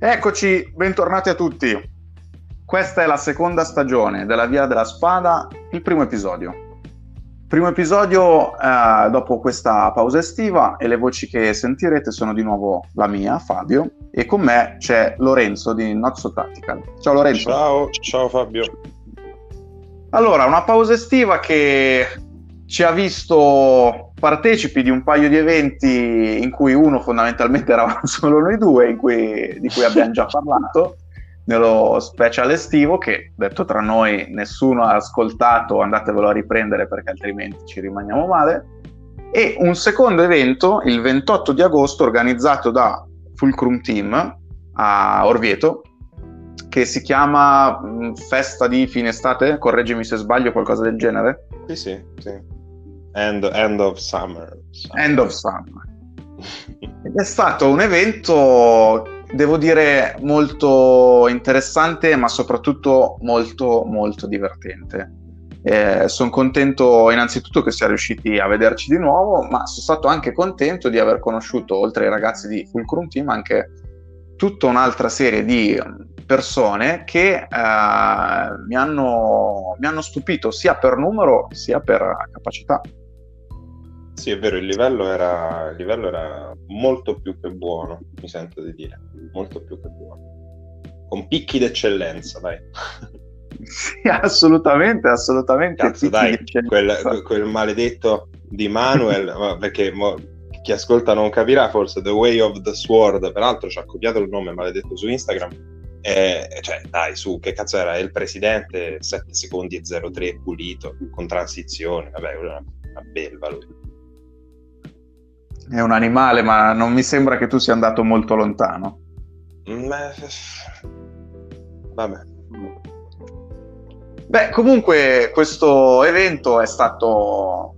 Eccoci, bentornati a tutti. Questa è la seconda stagione della Via della Spada, il primo episodio. Dopo questa pausa estiva, e le voci che sentirete sono di nuovo la mia, Fabio, e con me c'è Lorenzo di Not So Tactical. Ciao Lorenzo. Ciao Fabio. Allora, una pausa estiva che ci ha visto partecipi di un paio di eventi in cui uno fondamentalmente eravamo solo noi due, di cui abbiamo già parlato nello special estivo, che detto tra noi nessuno ha ascoltato, andatevelo a riprendere perché altrimenti ci rimaniamo male, e un secondo evento il 28 di agosto organizzato da Fulcrum Team a Orvieto, che si chiama Festa di fine estate, correggimi se sbaglio, qualcosa del genere. Sì. End of summer. End of summer. Ed è stato un evento, devo dire, molto interessante, ma soprattutto molto molto divertente. Sono contento innanzitutto che sia riusciti a vederci di nuovo, ma sono stato anche contento di aver conosciuto, oltre ai ragazzi di Fulcrum Team, anche tutta un'altra serie di persone che mi hanno stupito sia per numero sia per capacità. Sì, è vero, il livello era molto più che buono, mi sento di dire, molto più che buono, con picchi d'eccellenza, dai. Sì, assolutamente. Cazzo, dai, quel maledetto di Manuel, perché chi ascolta non capirà forse, The Way of the Sword, peraltro ci ha copiato il nome maledetto su Instagram, cioè dai, su, che cazzo era? Il presidente 7 secondi e 03 pulito, con transizione, vabbè, una belva lui. È un animale, ma non mi sembra che tu sia andato molto lontano. Vabbè. Beh, comunque questo evento è stato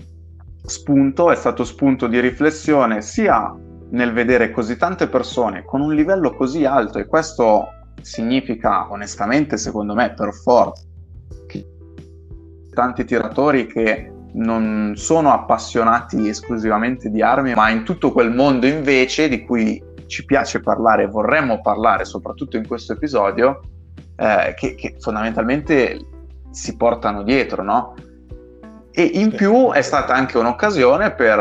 spunto di riflessione, sia nel vedere così tante persone con un livello così alto, e questo significa onestamente, secondo me, per forza, che tanti tiratori che non sono appassionati esclusivamente di armi, ma in tutto quel mondo invece di cui ci piace parlare e vorremmo parlare soprattutto in questo episodio, che fondamentalmente si portano dietro, no? E in più è stata anche un'occasione per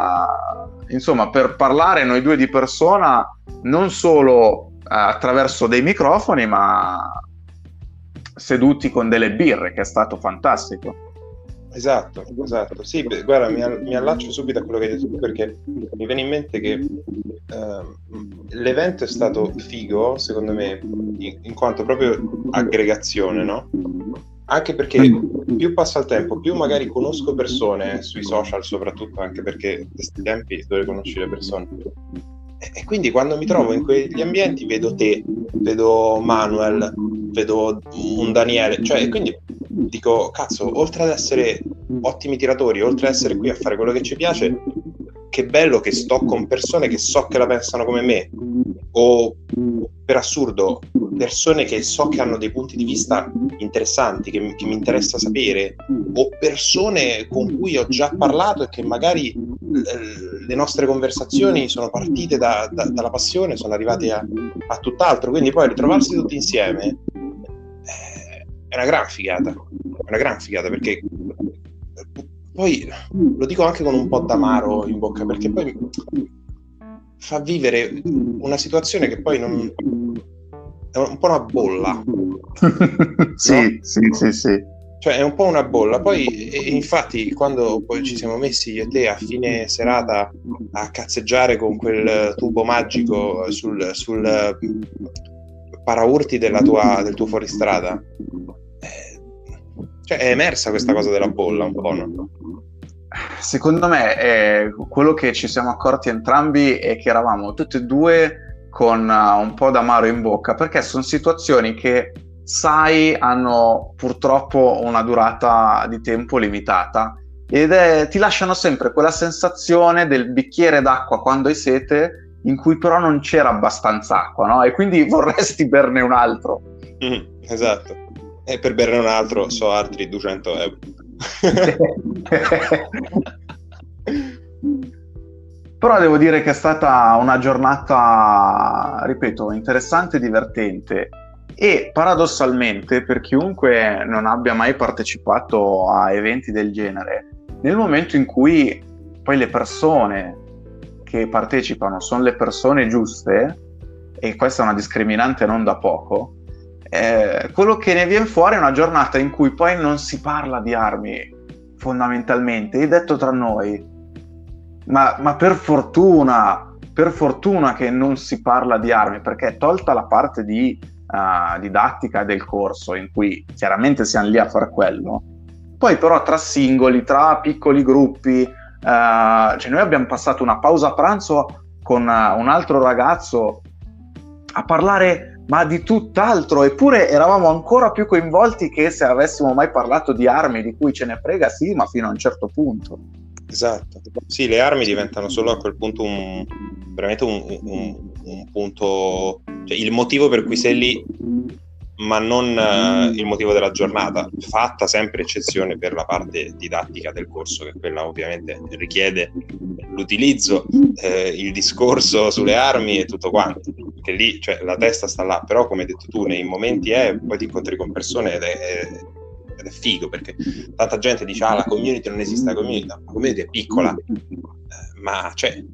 parlare noi due di persona, non solo attraverso dei microfoni, ma seduti con delle birre, che è stato fantastico. Esatto. Sì, guarda, mi allaccio subito a quello che hai detto tu, perché mi viene in mente che l'evento è stato figo, secondo me, in quanto proprio aggregazione, no? Anche perché più passa il tempo, più magari conosco persone sui social, soprattutto, anche perché in questi tempi dove conosci le persone. E quindi quando mi trovo in quegli ambienti vedo te, vedo Manuel, vedo un Daniele, cioè, quindi dico, cazzo, oltre ad essere ottimi tiratori, oltre ad essere qui a fare quello che ci piace, che bello che sto con persone che so che la pensano come me, o per assurdo persone che so che hanno dei punti di vista interessanti, che mi interessa sapere, o persone con cui ho già parlato e che magari le nostre conversazioni sono partite dalla passione, sono arrivate a tutt'altro, quindi poi ritrovarsi tutti insieme è una gran figata, perché poi lo dico anche con un po' d'amaro in bocca, perché poi fa vivere una situazione che poi non è un po' una bolla. Sì. Cioè è un po' una bolla. Poi infatti quando poi ci siamo messi io e te a fine serata a cazzeggiare con quel tubo magico sul paraurti del tuo fuoristrada, cioè è emersa questa cosa della bolla un po', no? Secondo me quello che ci siamo accorti entrambi è che eravamo tutti e due con un po' d'amaro in bocca, perché sono situazioni che, sai, hanno purtroppo una durata di tempo limitata, ed ti lasciano sempre quella sensazione del bicchiere d'acqua quando hai sete, in cui però non c'era abbastanza acqua, no? E quindi vorresti berne un altro. Esatto. E per berne un altro so altri 200 euro. Però devo dire che è stata una giornata, ripeto, interessante e divertente. E paradossalmente, per chiunque non abbia mai partecipato a eventi del genere, nel momento in cui poi le persone che partecipano sono le persone giuste, e questa è una discriminante non da poco, quello che ne viene fuori è una giornata in cui poi non si parla di armi, fondamentalmente. E detto tra noi, ma per fortuna che non si parla di armi, perché tolta la parte di didattica del corso, in cui chiaramente siamo lì a far quello, poi però tra singoli, tra piccoli gruppi, cioè noi abbiamo passato una pausa pranzo con un altro ragazzo a parlare ma di tutt'altro, eppure eravamo ancora più coinvolti che se avessimo mai parlato di armi, di cui ce ne frega, sì, ma fino a un certo punto. Esatto, sì, le armi diventano solo a quel punto veramente un punto, cioè il motivo per cui sei lì, ma non il motivo della giornata, fatta sempre eccezione per la parte didattica del corso, che quella ovviamente richiede l'utilizzo, il discorso sulle armi e tutto quanto, perché lì, cioè, la testa sta là, però come hai detto tu, nei momenti poi ti incontri con persone ed è figo, perché tanta gente dice la community non esiste, la community è piccola, ma c'è.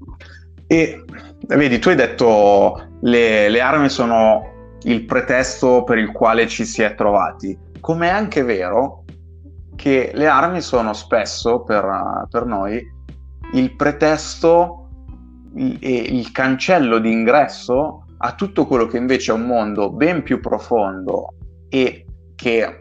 E vedi, tu hai detto le armi sono il pretesto per il quale ci si è trovati, come è anche vero che le armi sono spesso per noi il pretesto e il cancello d'ingresso a tutto quello che invece è un mondo ben più profondo e che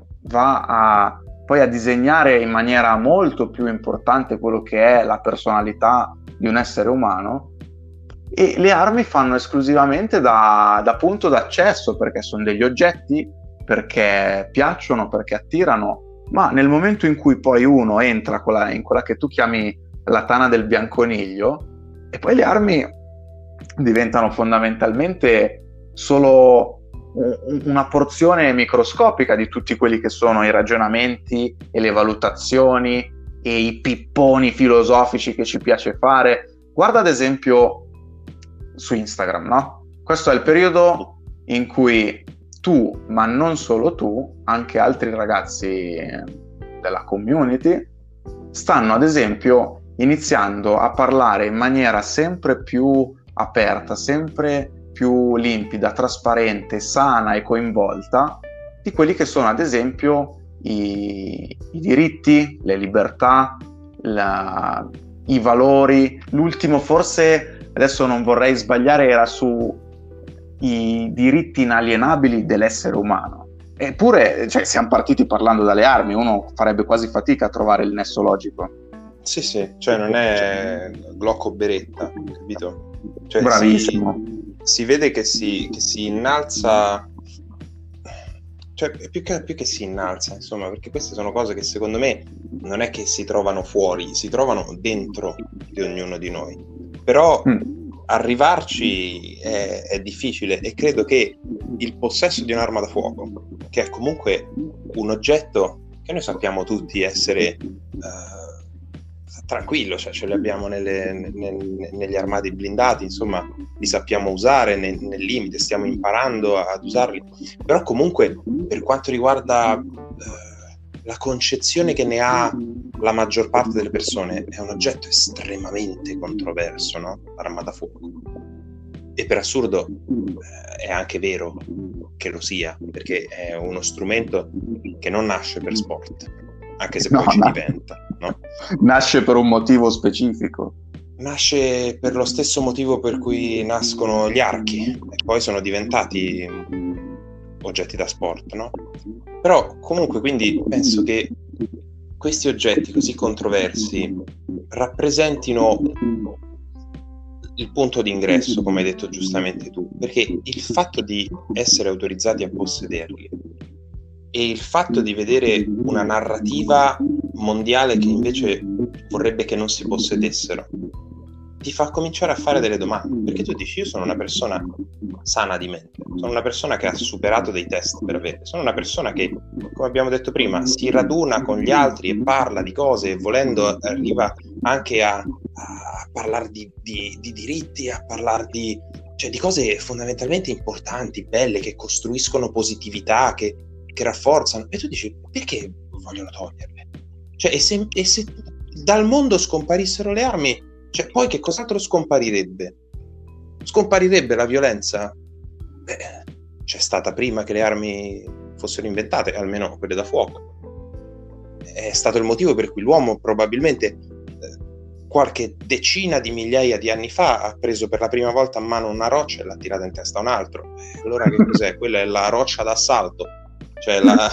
va poi a disegnare in maniera molto più importante quello che è la personalità di un essere umano. E le armi fanno esclusivamente da punto d'accesso, perché sono degli oggetti, perché piacciono, perché attirano, ma nel momento in cui poi uno entra in quella che tu chiami la tana del bianconiglio, e poi le armi diventano fondamentalmente solo una porzione microscopica di tutti quelli che sono i ragionamenti e le valutazioni e i pipponi filosofici che ci piace fare. Guarda ad esempio su Instagram, no? Questo è il periodo in cui tu, ma non solo tu, anche altri ragazzi della community stanno ad esempio iniziando a parlare in maniera sempre più aperta, sempre più limpida, trasparente, sana e coinvolta di quelli che sono ad esempio i diritti, le libertà, i valori. L'ultimo forse, adesso non vorrei sbagliare, era su i diritti inalienabili dell'essere umano. Eppure, cioè, siamo partiti parlando dalle armi, uno farebbe quasi fatica a trovare il nesso logico. Sì, cioè non è Glocco Beretta, capito? Cioè, bravissimo. Si vede che si innalza, cioè più che si innalza, insomma, perché queste sono cose che secondo me non è che si trovano fuori, si trovano dentro di ognuno di noi. Però arrivarci è difficile, e credo che il possesso di un'arma da fuoco, che è comunque un oggetto che noi sappiamo tutti essere tranquillo, cioè ce li abbiamo negli armadi blindati, insomma li sappiamo usare nel limite, stiamo imparando ad usarli, però comunque per quanto riguarda la concezione che ne ha la maggior parte delle persone, è un oggetto estremamente controverso, no? L'arma da fuoco. E per assurdo è anche vero che lo sia, perché è uno strumento che non nasce per sport, anche se poi ci diventa, no? Nasce per un motivo specifico. Nasce per lo stesso motivo per cui nascono gli archi, e poi sono diventati oggetti da sport, no? Però comunque, quindi penso che questi oggetti così controversi rappresentino il punto d'ingresso, come hai detto giustamente tu, perché il fatto di essere autorizzati a possederli e il fatto di vedere una narrativa mondiale che invece vorrebbe che non si possedessero ti fa cominciare a fare delle domande, perché tu dici: io sono una persona sana di mente, sono una persona che ha superato dei test per avere, sono una persona che, come abbiamo detto prima, si raduna con gli altri e parla di cose, e volendo arriva anche a parlare di diritti, a parlare cioè di cose fondamentalmente importanti, belle, che costruiscono positività, che rafforzano, e tu dici: perché vogliono toglierle? Cioè, e se dal mondo scomparissero le armi, cioè, poi che cos'altro scomparirebbe? Scomparirebbe la violenza? Beh, c'è stata prima che le armi fossero inventate, almeno quelle da fuoco. È stato il motivo per cui l'uomo probabilmente qualche decina di migliaia di anni fa ha preso per la prima volta a mano una roccia e l'ha tirata in testa a un altro. Allora che cos'è? Quella è la roccia d'assalto, cioè la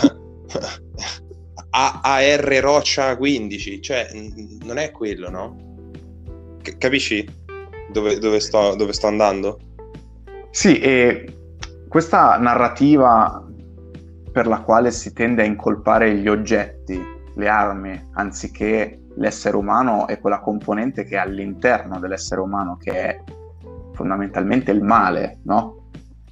AR roccia 15, cioè non è quello, no? Capisci dove sto andando? Sì, e questa narrativa per la quale si tende a incolpare gli oggetti, le armi, anziché l'essere umano e quella componente che è all'interno dell'essere umano, che è fondamentalmente il male, no?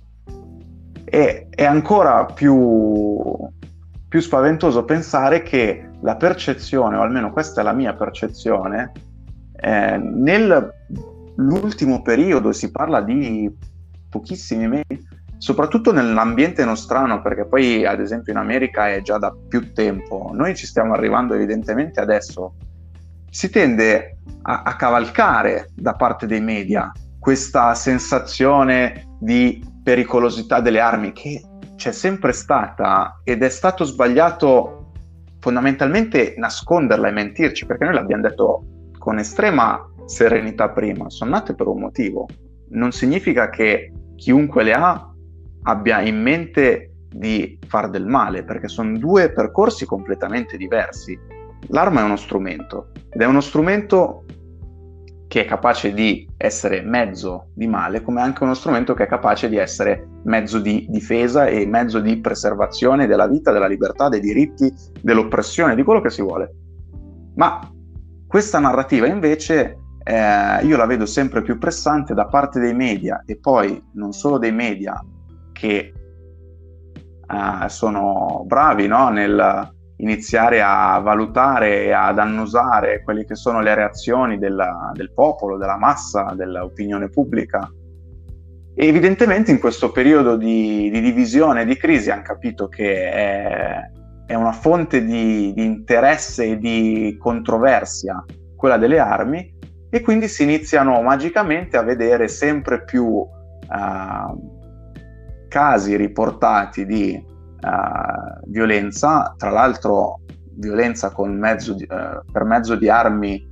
E è ancora più spaventoso pensare che la percezione, o almeno questa è la mia percezione, nell'ultimo periodo, si parla di pochissimi mesi, soprattutto nell'ambiente nostrano, perché poi ad esempio in America è già da più tempo, noi ci stiamo arrivando evidentemente adesso, si tende a cavalcare da parte dei media questa sensazione di pericolosità delle armi che c'è sempre stata, ed è stato sbagliato fondamentalmente nasconderla e mentirci, perché noi l'abbiamo detto con estrema serenità prima, sono nate per un motivo. Non significa che chiunque le ha abbia in mente di far del male, perché sono due percorsi completamente diversi. L'arma è uno strumento, ed è uno strumento che è capace di essere mezzo di male, come anche uno strumento che è capace di essere mezzo di difesa e mezzo di preservazione della vita, della libertà, dei diritti, dell'oppressione, di quello che si vuole. Ma questa narrativa invece io la vedo sempre più pressante da parte dei media, e poi non solo dei media che sono bravi, no, nel iniziare a valutare e ad annusare quelle che sono le reazioni del popolo, della massa, dell'opinione pubblica. E evidentemente in questo periodo di divisione e di crisi hanno capito che è una fonte di interesse e di controversia quella delle armi, e quindi si iniziano magicamente a vedere sempre più casi riportati di violenza, tra l'altro violenza per mezzo di armi,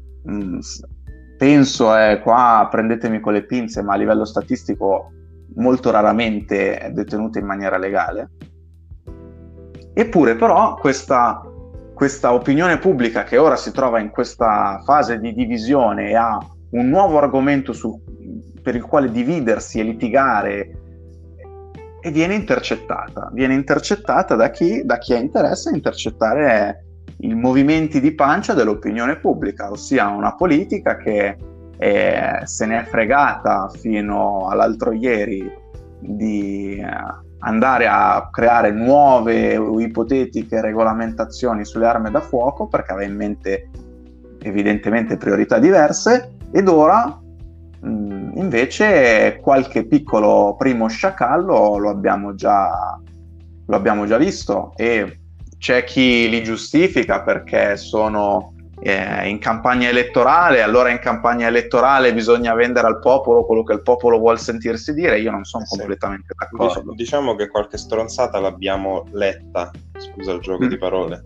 penso, qua prendetemi con le pinze, ma a livello statistico molto raramente detenute in maniera legale. Eppure però questa opinione pubblica, che ora si trova in questa fase di divisione e ha un nuovo argomento per il quale dividersi e litigare, e viene intercettata da chi ha interesse a intercettare i movimenti di pancia dell'opinione pubblica, ossia una politica che se ne è fregata fino all'altro ieri di andare a creare nuove o ipotetiche regolamentazioni sulle armi da fuoco, perché aveva in mente evidentemente priorità diverse, ed ora invece qualche piccolo primo sciacallo lo abbiamo già visto, e c'è chi li giustifica perché sono in campagna elettorale, allora in campagna elettorale bisogna vendere al popolo quello che il popolo vuol sentirsi dire. Io non sono completamente d'accordo. Diciamo che qualche stronzata l'abbiamo letta, scusa il gioco di parole.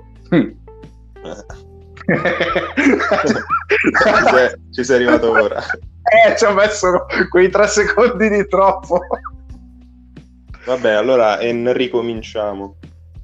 Ci sei arrivato ora. Ci ho messo quei 3 secondi di troppo. Vabbè, allora ricominciamo.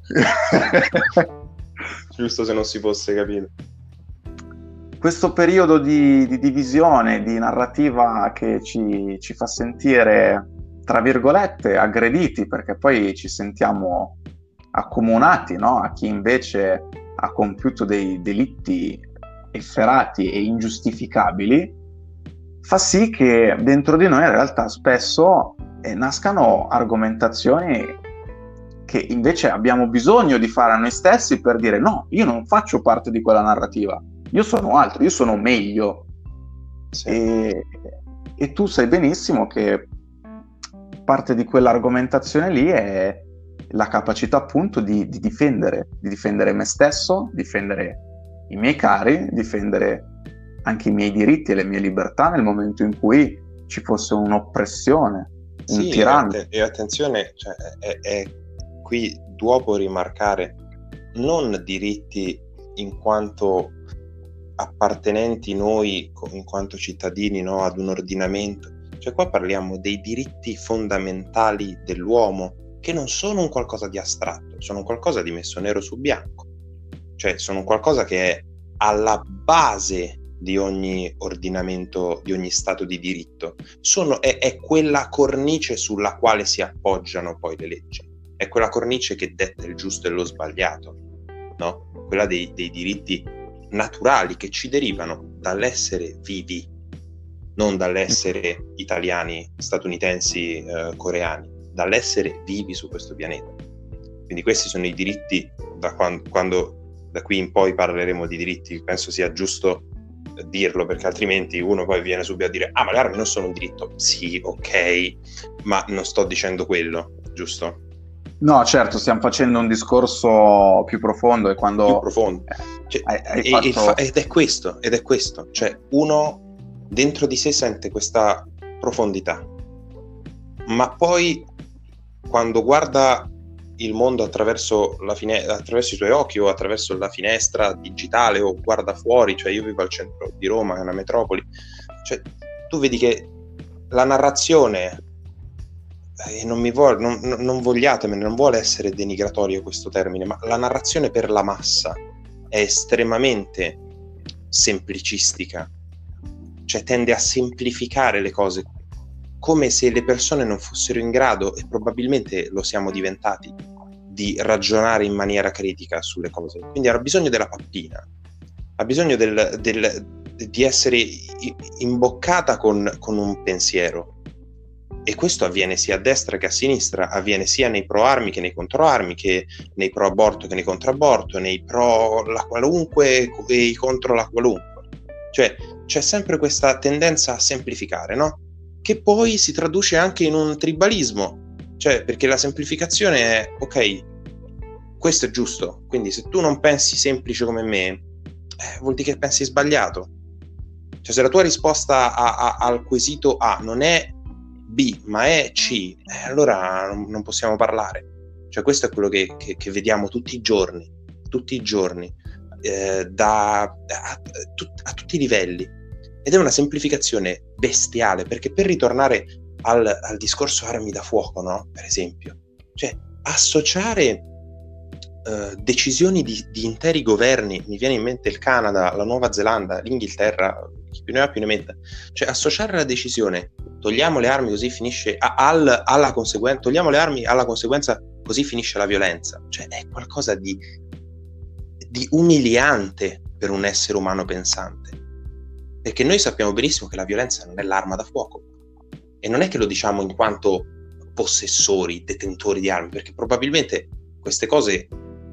Giusto, se non si fosse capito. Questo periodo di divisione, di narrativa che ci fa sentire, tra virgolette, aggrediti, perché poi ci sentiamo accomunati, no? A chi invece ha compiuto dei delitti efferati e ingiustificabili, fa sì che dentro di noi in realtà spesso nascano argomentazioni che invece abbiamo bisogno di fare a noi stessi per dire no, io non faccio parte di quella narrativa, io sono altro, io sono meglio. Sì. E tu sai benissimo che parte di quell'argomentazione lì è la capacità appunto di difendere me stesso, difendere i miei cari, difendere anche i miei diritti e le mie libertà nel momento in cui ci fosse un'oppressione, un tiranno. E attenzione, cioè, è qui dopo rimarcare non diritti in quanto appartenenti noi, in quanto cittadini, no, ad un ordinamento. Cioè qua parliamo dei diritti fondamentali dell'uomo, che non sono un qualcosa di astratto, sono un qualcosa di messo nero su bianco. Cioè sono un qualcosa che è alla base di ogni ordinamento, di ogni stato di diritto. È quella cornice sulla quale si appoggiano poi le leggi. È quella cornice che detta il giusto e lo sbagliato, no? Quella dei diritti naturali che ci derivano dall'essere vivi, non dall'essere italiani, statunitensi, coreani, dall'essere vivi su questo pianeta. Quindi questi sono i diritti, quando da qui in poi parleremo di diritti, penso sia giusto dirlo, perché altrimenti uno poi viene subito a dire ma le armi non sono un diritto. Sì, ok, ma non sto dicendo quello, giusto? No, certo, stiamo facendo un discorso più profondo e quando... Più profondo. Ed è questo, cioè uno dentro di sé sente questa profondità, ma poi quando guarda il mondo attraverso attraverso i suoi occhi o attraverso la finestra digitale o guarda fuori, cioè io vivo al centro di Roma, è una metropoli, cioè tu vedi che la narrazione, non vogliatemene, non vuole essere denigratorio questo termine, ma la narrazione per la massa è estremamente semplicistica, cioè tende a semplificare le cose, come se le persone non fossero in grado, e probabilmente lo siamo diventati, di ragionare in maniera critica sulle cose. Quindi ha bisogno della pappina, ha bisogno di essere imboccata con un pensiero. E questo avviene sia a destra che a sinistra, avviene sia nei pro armi che nei contro armi, che nei pro aborto che nei contro aborto, nei pro la qualunque e contro la qualunque. Cioè c'è sempre questa tendenza a semplificare, no? Che poi si traduce anche in un tribalismo, cioè perché la semplificazione è ok, questo è giusto, quindi se tu non pensi semplice come me, vuol dire che pensi sbagliato. Cioè se la tua risposta al quesito A non è B ma è C, allora non possiamo parlare. Cioè questo è quello che vediamo tutti i giorni, a tutti i livelli, ed è una semplificazione bestiale, perché per ritornare al discorso armi da fuoco, no? Per esempio, cioè associare decisioni di interi governi, mi viene in mente il Canada, la Nuova Zelanda, l'Inghilterra, chi più ne ha più ne metta, cioè associare la decisione togliamo le armi così finisce alla conseguenza, togliamo le armi alla conseguenza così finisce la violenza, cioè è qualcosa di umiliante per un essere umano pensante, perché noi sappiamo benissimo che la violenza non è l'arma da fuoco, e non è che lo diciamo in quanto possessori, detentori di armi, perché probabilmente queste cose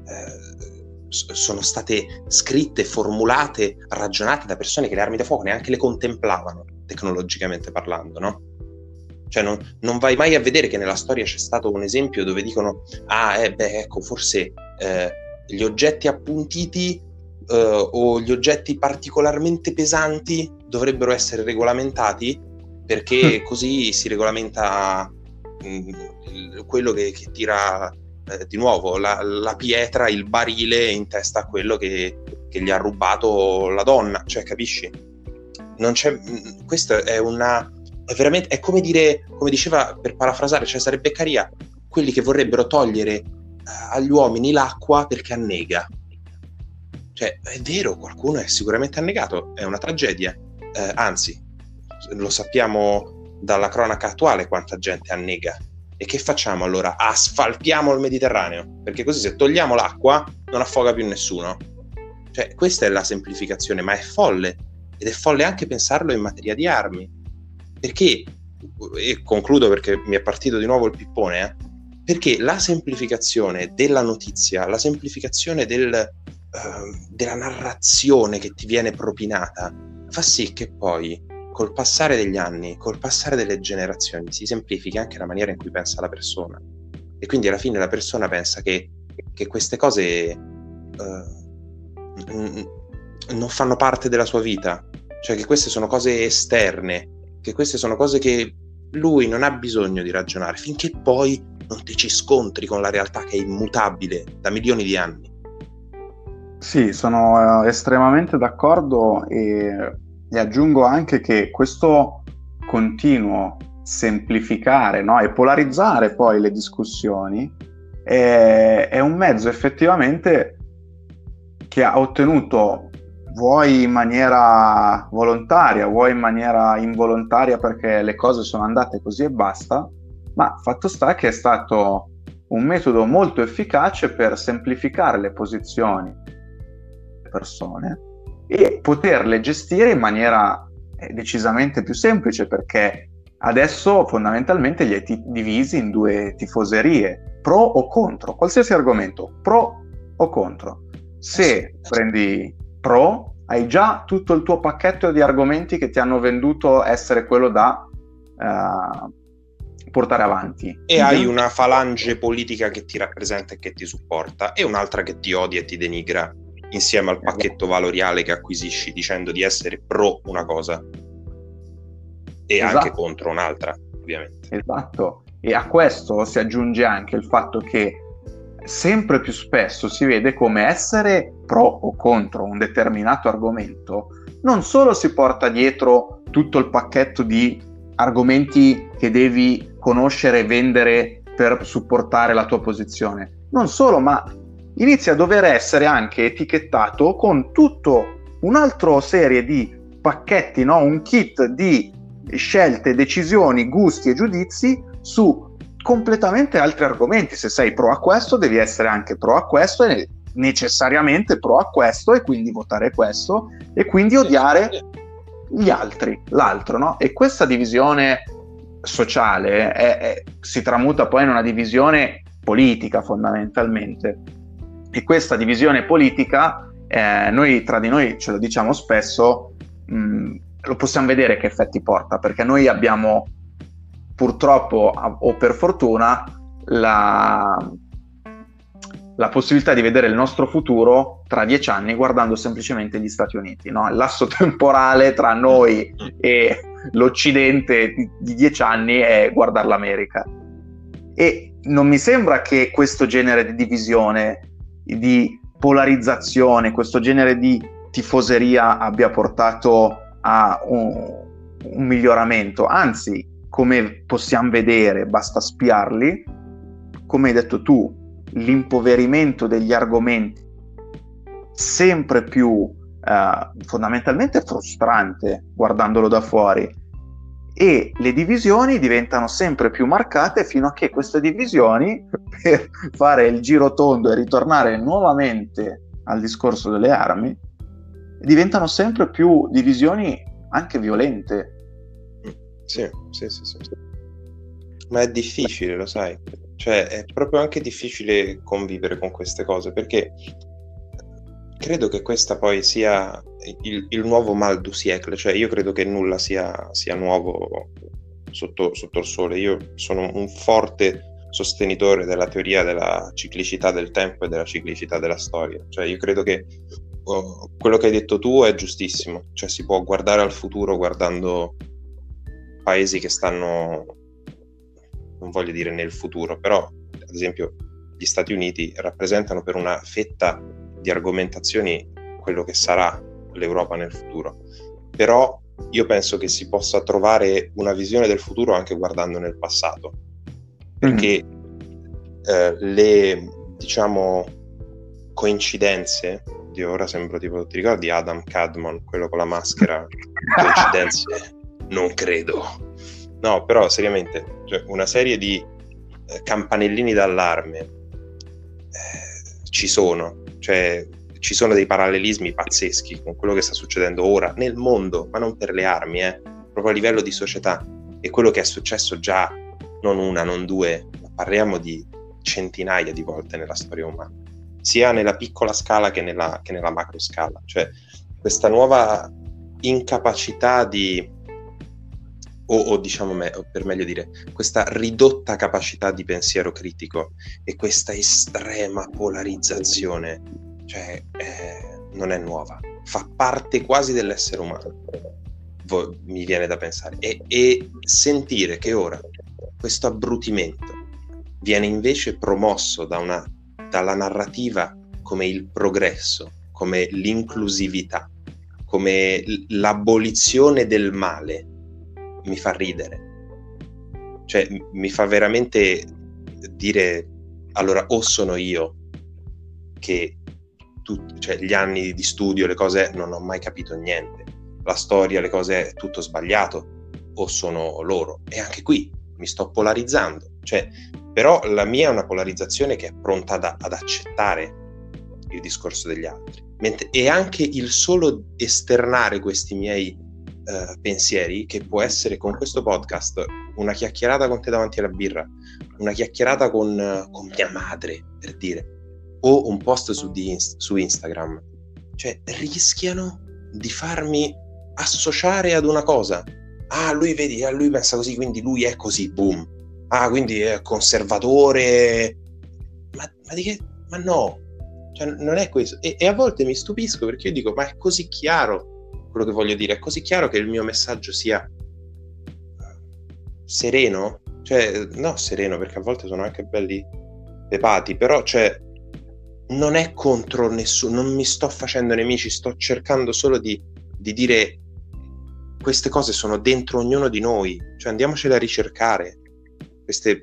sono state scritte, formulate, ragionate da persone che le armi da fuoco neanche le contemplavano, tecnologicamente parlando, no? Cioè non vai mai a vedere che nella storia c'è stato un esempio dove dicono ecco, forse gli oggetti appuntiti o gli oggetti particolarmente pesanti dovrebbero essere regolamentati, perché così si regolamenta quello che tira di nuovo la pietra, il barile in testa a quello che gli ha rubato la donna, cioè capisci? Non c'è, questo è veramente, è come dire, come diceva, per parafrasare Cesare Beccaria, quelli che vorrebbero togliere agli uomini l'acqua perché annega. Cioè è vero, qualcuno è sicuramente annegato, è una tragedia, anzi lo sappiamo dalla cronaca attuale quanta gente annega. E che facciamo allora? Asfaltiamo il Mediterraneo, perché così se togliamo l'acqua non affoga più nessuno. Cioè questa è la semplificazione, ma è folle, ed è folle anche pensarlo in materia di armi, Perché, e concludo perché mi è partito di nuovo il pippone, perché la semplificazione della notizia, la semplificazione della narrazione che ti viene propinata, fa sì che poi col passare degli anni, col passare delle generazioni, si semplifica anche la maniera in cui pensa la persona, e quindi alla fine la persona pensa che queste cose non fanno parte della sua vita, cioè che queste sono cose esterne, che queste sono cose che lui non ha bisogno di ragionare finché poi non ti ci scontri con la realtà che è immutabile da milioni di anni. Sì, sono estremamente d'accordo e aggiungo anche che questo continuo semplificare, no, e polarizzare poi le discussioni è un mezzo effettivamente che ha ottenuto, vuoi in maniera volontaria, vuoi in maniera involontaria perché le cose sono andate così e basta, ma fatto sta che è stato un metodo molto efficace per semplificare le posizioni delle persone e poterle gestire in maniera decisamente più semplice, perché adesso fondamentalmente li hai divisi in due tifoserie, pro o contro, qualsiasi argomento, pro o contro. Se prendi pro, hai già tutto il tuo pacchetto di argomenti che ti hanno venduto essere quello da portare avanti. E hai una falange politica che ti rappresenta e che ti supporta, e un'altra che ti odia e ti denigra, insieme al pacchetto valoriale che acquisisci dicendo di essere pro una cosa e anche contro un'altra, ovviamente. Esatto. E a questo si aggiunge anche il fatto che sempre più spesso si vede come essere pro o contro un determinato argomento non solo si porta dietro tutto il pacchetto di argomenti che devi conoscere e vendere per supportare la tua posizione, non solo, ma inizia a dover essere anche etichettato con tutto un'altra serie di pacchetti, no? Un kit di scelte, decisioni, gusti e giudizi su completamente altri argomenti. Se sei pro a questo devi essere anche pro a questo e necessariamente pro a questo, e quindi votare questo e quindi odiare gli altri, l'altro, no? E questa divisione sociale si tramuta poi in una divisione politica fondamentalmente, e questa divisione politica noi tra di noi ce lo diciamo spesso, lo possiamo vedere che effetti porta, perché noi abbiamo purtroppo o per fortuna la possibilità di vedere il nostro futuro tra 10 anni guardando semplicemente gli Stati Uniti, no? Il lasso temporale tra noi e l'Occidente di 10 anni è guardare l'America, e non mi sembra che questo genere di divisione, di polarizzazione, questo genere di tifoseria abbia portato a un miglioramento, anzi, come possiamo vedere, basta spiarli, come hai detto tu, l'impoverimento degli argomenti sempre più fondamentalmente frustrante guardandolo da fuori, e le divisioni diventano sempre più marcate fino a che queste divisioni, per fare il giro tondo e ritornare nuovamente al discorso delle armi, diventano sempre più divisioni anche violente. Sì. Ma è difficile, lo sai, cioè è proprio anche difficile convivere con queste cose, perché credo che questa poi sia il nuovo mal du siècle, cioè io credo che nulla sia nuovo sotto il sole. Io sono un forte sostenitore della teoria della ciclicità del tempo e della ciclicità della storia, cioè io credo che quello che hai detto tu è giustissimo, cioè si può guardare al futuro guardando paesi che stanno, non voglio dire nel futuro, però ad esempio gli Stati Uniti rappresentano per una fetta di argomentazioni quello che sarà l'Europa nel futuro, però io penso che si possa trovare una visione del futuro anche guardando nel passato, perché le, diciamo, coincidenze di ora, sembra tipo, ti ricordi Adam Cadmon, quello con la maschera? Coincidenze non credo, no, però seriamente, cioè, una serie di campanellini d'allarme ci sono, cioè ci sono dei parallelismi pazzeschi con quello che sta succedendo ora nel mondo, ma non per le armi, proprio a livello di società, e quello che è successo già non una, non due, ma parliamo di centinaia di volte nella storia umana, sia nella piccola scala che nella macro scala. Cioè questa nuova incapacità di, o diciamo per meglio dire, questa ridotta capacità di pensiero critico e questa estrema polarizzazione, cioè non è nuova, fa parte quasi dell'essere umano, mi viene da pensare, e sentire che ora questo abbrutimento viene invece promosso dalla narrativa come il progresso, come l'inclusività, come l'abolizione del male, mi fa ridere. Cioè mi fa veramente dire, allora, o sono io che cioè gli anni di studio, le cose, non ho mai capito niente, la storia, le cose, è tutto sbagliato, o sono loro. E anche qui mi sto polarizzando, cioè, però la mia è una polarizzazione che è pronta ad accettare il discorso degli altri, e anche il solo esternare questi miei pensieri, che può essere con questo podcast una chiacchierata con te davanti alla birra, una chiacchierata con mia madre, per dire, o un post su Instagram, cioè rischiano di farmi associare ad una cosa. Ah, lui, vedi, lui pensa così, quindi lui è così, boom. Ah, quindi è conservatore. Ma di che? Ma no, cioè, non è questo. E a volte mi stupisco, perché io dico, ma è così chiaro quello che voglio dire, è così chiaro che il mio messaggio sia sereno, cioè no sereno, perché a volte sono anche belli pepati, però cioè non è contro nessuno, non mi sto facendo nemici, sto cercando solo di dire queste cose sono dentro ognuno di noi, cioè andiamocele a ricercare, queste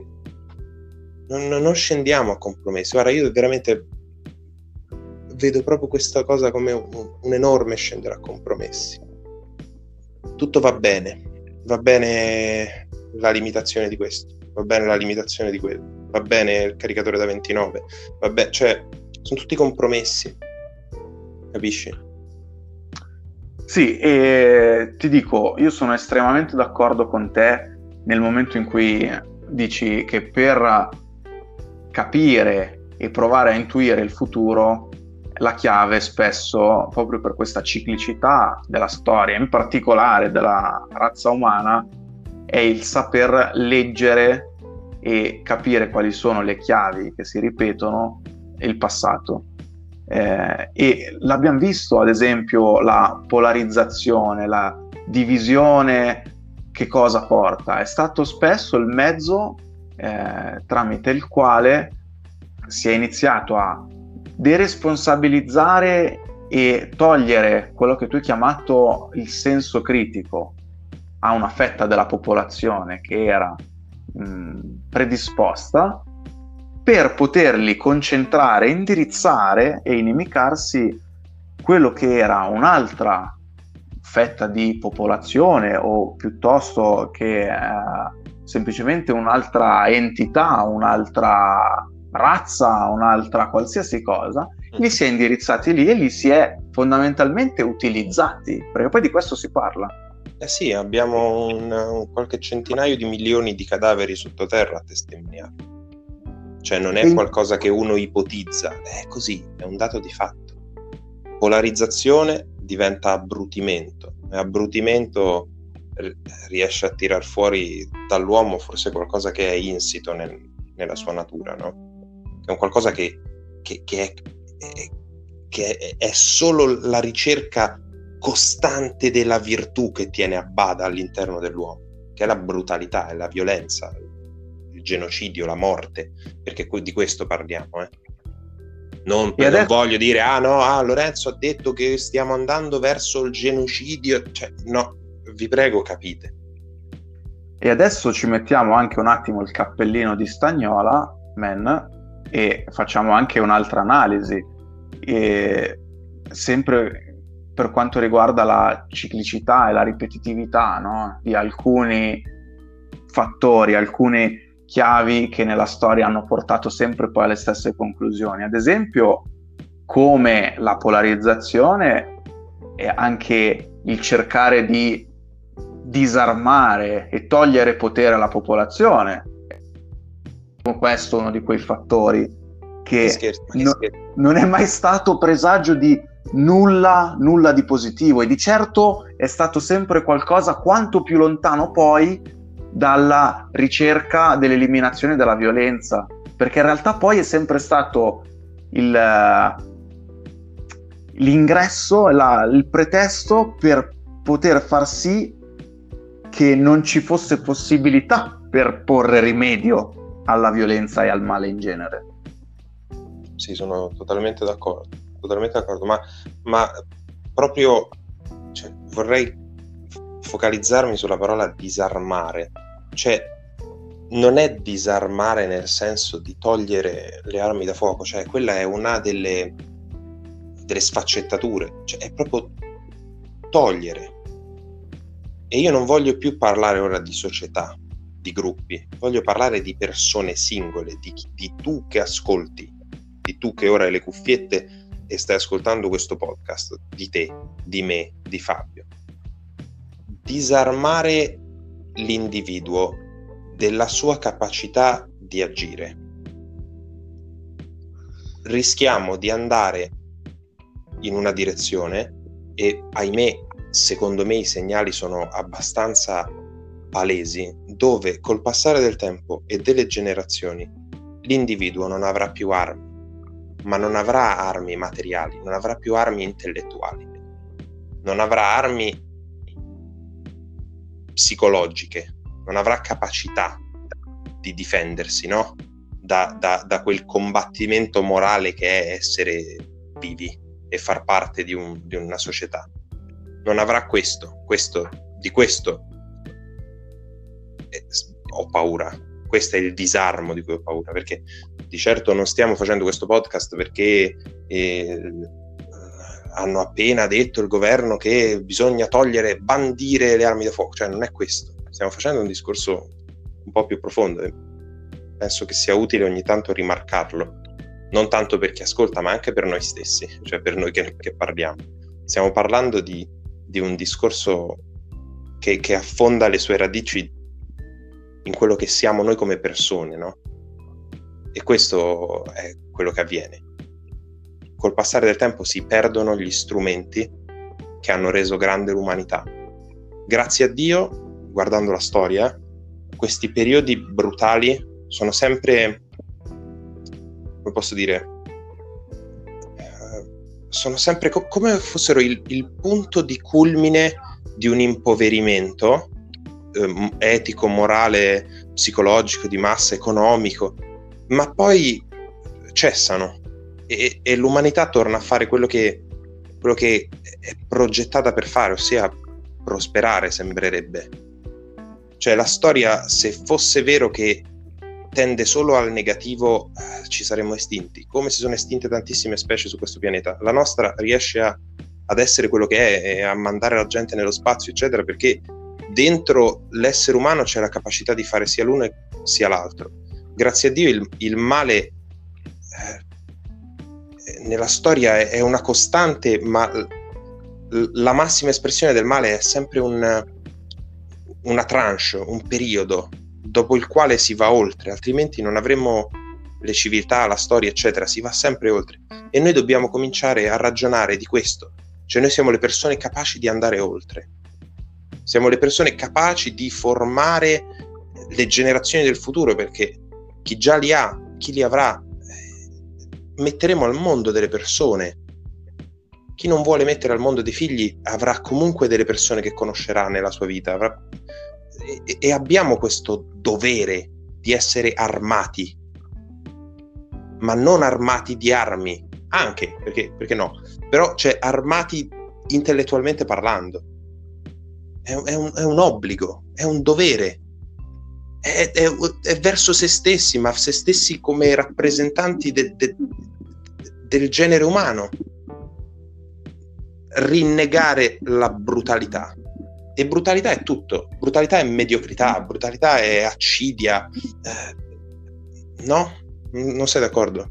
non scendiamo a compromessi. Guarda, io veramente vedo proprio questa cosa come un enorme scendere a compromessi. Tutto va bene la limitazione di questo, va bene la limitazione di quello, va bene il caricatore da 29, va bene, cioè sono tutti compromessi, capisci? Sì, e ti dico, io sono estremamente d'accordo con te nel momento in cui dici che per capire e provare a intuire il futuro, la chiave spesso, proprio per questa ciclicità della storia, in particolare della razza umana, è il saper leggere e capire quali sono le chiavi che si ripetono e il passato. E l'abbiamo visto, ad esempio, la polarizzazione, la divisione, che cosa porta? È stato spesso il mezzo tramite il quale si è iniziato a deresponsabilizzare e togliere quello che tu hai chiamato il senso critico a una fetta della popolazione che era predisposta, per poterli concentrare, indirizzare e inimicarsi quello che era un'altra fetta di popolazione, o piuttosto che semplicemente un'altra entità, un'altra razza, un'altra qualsiasi cosa, li si è indirizzati lì e li si è fondamentalmente utilizzati, perché poi di questo si parla. Sì, abbiamo un qualche centinaio di milioni di cadaveri sottoterra a testimoniare. Cioè non è qualcosa che uno ipotizza, è così, è un dato di fatto. Polarizzazione diventa abbrutimento, e abbrutimento riesce a tirar fuori dall'uomo forse qualcosa che è insito nella sua natura, no? È un qualcosa che è solo la ricerca costante della virtù che tiene a bada all'interno dell'uomo, che è la brutalità, è la violenza, il genocidio, la morte, perché di questo parliamo, Non voglio dire Lorenzo ha detto che stiamo andando verso il genocidio, cioè no, vi prego, capite. E adesso ci mettiamo anche un attimo il cappellino di Stagnola, e facciamo anche un'altra analisi, sempre per quanto riguarda la ciclicità e la ripetitività, no? Di alcuni fattori, alcune chiavi che nella storia hanno portato sempre poi alle stesse conclusioni. Ad esempio, come la polarizzazione e anche il cercare di disarmare e togliere potere alla popolazione. Questo è uno di quei fattori che non è mai stato presagio di nulla di positivo, e di certo è stato sempre qualcosa quanto più lontano poi dalla ricerca dell'eliminazione della violenza, perché in realtà poi è sempre stato l'ingresso, il pretesto per poter far sì che non ci fosse possibilità per porre rimedio alla violenza e al male in genere. Sì, sono totalmente d'accordo, ma proprio, cioè, vorrei focalizzarmi sulla parola disarmare. Cioè, non è disarmare nel senso di togliere le armi da fuoco, cioè quella è una delle sfaccettature, cioè è proprio togliere. E io non voglio più parlare ora di società, di gruppi, voglio parlare di persone singole, di tu che ascolti, di tu che ora hai le cuffiette e stai ascoltando questo podcast, di te, di me, di Fabio. Disarmare l'individuo della sua capacità di agire. Rischiamo di andare in una direzione, e ahimè, secondo me i segnali sono abbastanza palesi, dove col passare del tempo e delle generazioni l'individuo non avrà più armi, ma non avrà armi materiali, non avrà più armi intellettuali, non avrà armi psicologiche, non avrà capacità di difendersi, no? Da quel combattimento morale che è essere vivi e far parte di una società. Non avrà di questo ho paura. Questo è il disarmo di cui ho paura, perché di certo non stiamo facendo questo podcast perché hanno appena detto il governo che bisogna bandire le armi da fuoco, cioè non è questo. Stiamo facendo un discorso un po' più profondo e penso che sia utile ogni tanto rimarcarlo, non tanto per chi ascolta ma anche per noi stessi, cioè per noi che parliamo. Stiamo parlando di un discorso che affonda le sue radici in quello che siamo noi come persone, no? E questo è quello che avviene. Col passare del tempo si perdono gli strumenti che hanno reso grande l'umanità. Grazie a Dio, guardando la storia, questi periodi brutali sono sempre, come posso dire, sono sempre come fossero il punto di culmine di un impoverimento etico, morale, psicologico, di massa, economico, ma poi cessano e l'umanità torna a fare quello che è progettata per fare, ossia prosperare, sembrerebbe. Cioè la storia, se fosse vero che tende solo al negativo, ci saremmo estinti, come si sono estinte tantissime specie su questo pianeta. La nostra riesce ad essere quello che è e a mandare la gente nello spazio, eccetera, perché dentro l'essere umano c'è la capacità di fare sia l'uno sia l'altro. Grazie a Dio il male nella storia è una costante, ma la massima espressione del male è sempre una tranche, un periodo dopo il quale si va oltre, altrimenti non avremmo le civiltà, la storia, eccetera, si va sempre oltre. E noi dobbiamo cominciare a ragionare di questo, cioè noi siamo le persone capaci di andare oltre, siamo le persone capaci di formare le generazioni del futuro, perché chi già li ha, chi li avrà, metteremo al mondo delle persone. Chi non vuole mettere al mondo dei figli avrà comunque delle persone che conoscerà nella sua vita, e abbiamo questo dovere di essere armati, ma non armati di armi, anche perché no, però cioè armati intellettualmente parlando. È un obbligo, è un dovere, è verso se stessi, ma se stessi come rappresentanti del genere umano. Rinnegare la brutalità, e brutalità è tutto, brutalità è mediocrità, brutalità è accidia, no? Non sei d'accordo?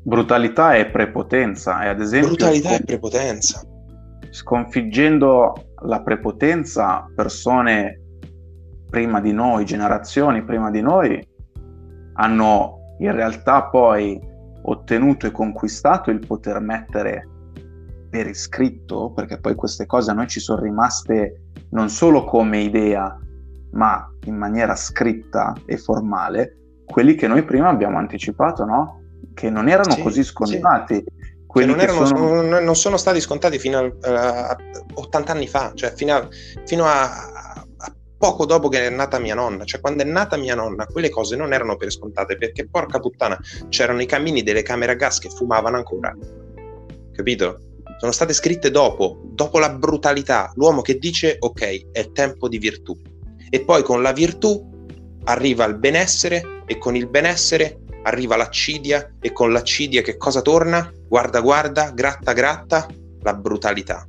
Brutalità è prepotenza, e ad esempio brutalità è prepotenza. sconfiggendo la prepotenza, persone prima di noi, generazioni prima di noi, hanno in realtà poi ottenuto e conquistato il poter mettere per iscritto, perché poi queste cose a noi ci sono rimaste non solo come idea, ma in maniera scritta e formale, quelli che noi prima abbiamo anticipato, no? Che non erano così scontati. Sì. Quelli non sono stati scontati fino a 80 anni fa, cioè fino a poco dopo che è nata mia nonna. Cioè, quando è nata mia nonna, quelle cose non erano per scontate, perché porca puttana, c'erano i camini delle camere a gas che fumavano ancora, capito? Sono state scritte dopo la brutalità, l'uomo che dice ok, è tempo di virtù, e poi con la virtù arriva il benessere, e con il benessere arriva l'accidia, e con l'accidia che cosa torna? Guarda, gratta, la brutalità.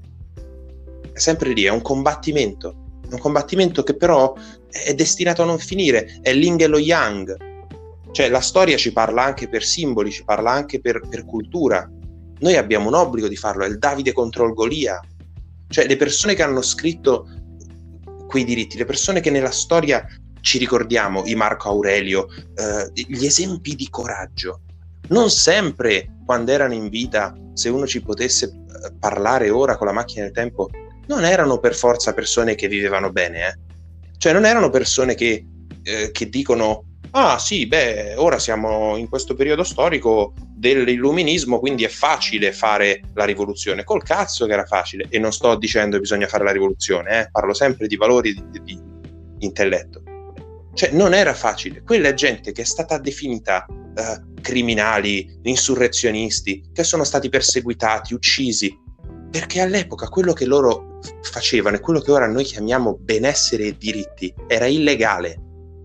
È sempre lì, è un combattimento che però è destinato a non finire, è l'yin e lo yang. Cioè la storia ci parla anche per simboli, ci parla anche per cultura. Noi abbiamo un obbligo di farlo, è il Davide contro il Golia. Cioè le persone che hanno scritto quei diritti, le persone che nella storia ci ricordiamo, i Marco Aurelio, gli esempi di coraggio, non sempre quando erano in vita, se uno ci potesse parlare ora con la macchina del tempo, non erano per forza persone che vivevano bene, cioè non erano persone che dicono ah sì, beh, ora siamo in questo periodo storico dell'illuminismo, quindi è facile fare la rivoluzione. Col cazzo che era facile, e non sto dicendo che bisogna fare la rivoluzione, parlo sempre di valori di intelletto. Cioè non era facile, quella è gente che è stata definita criminali, insurrezionisti, che sono stati perseguitati, uccisi, perché all'epoca quello che loro facevano e quello che ora noi chiamiamo benessere e diritti era illegale.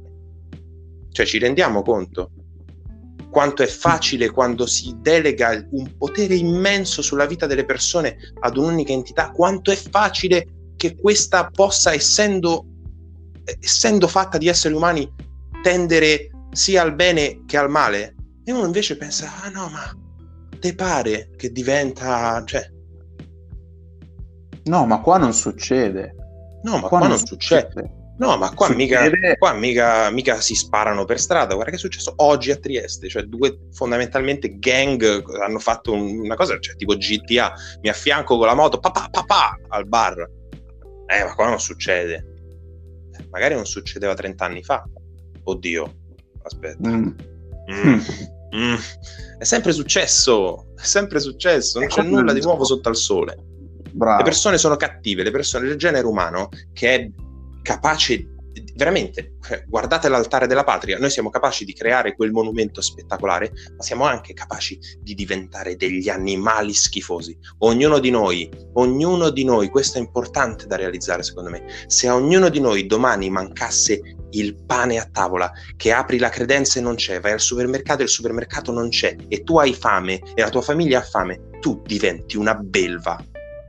Cioè ci rendiamo conto quanto è facile quando si delega un potere immenso sulla vita delle persone ad un'unica entità, quanto è facile che questa possa, essendo fatta di esseri umani, tendere sia al bene che al male. E uno invece pensa ah no, ma te pare che diventa, cioè no, ma qua non succede. No, ma qua non succede. No, ma qua mica si sparano per strada. Guarda che è successo oggi a Trieste, cioè due fondamentalmente gang hanno fatto una cosa, cioè tipo GTA, mi affianco con la moto, papà al bar. Ma qua non succede. Magari non succedeva 30 anni fa. Oddio, aspetta. È sempre successo, non c'è nulla di nuovo sotto al sole. Bravo. Le persone sono cattive, le persone del genere umano che è capace veramente, guardate l'altare della patria, noi siamo capaci di creare quel monumento spettacolare, ma siamo anche capaci di diventare degli animali schifosi. Ognuno di noi, questo è importante da realizzare secondo me, se a ognuno di noi domani mancasse il pane a tavola, che apri la credenza e non c'è, vai al supermercato e il supermercato non c'è, e tu hai fame e la tua famiglia ha fame, tu diventi una belva.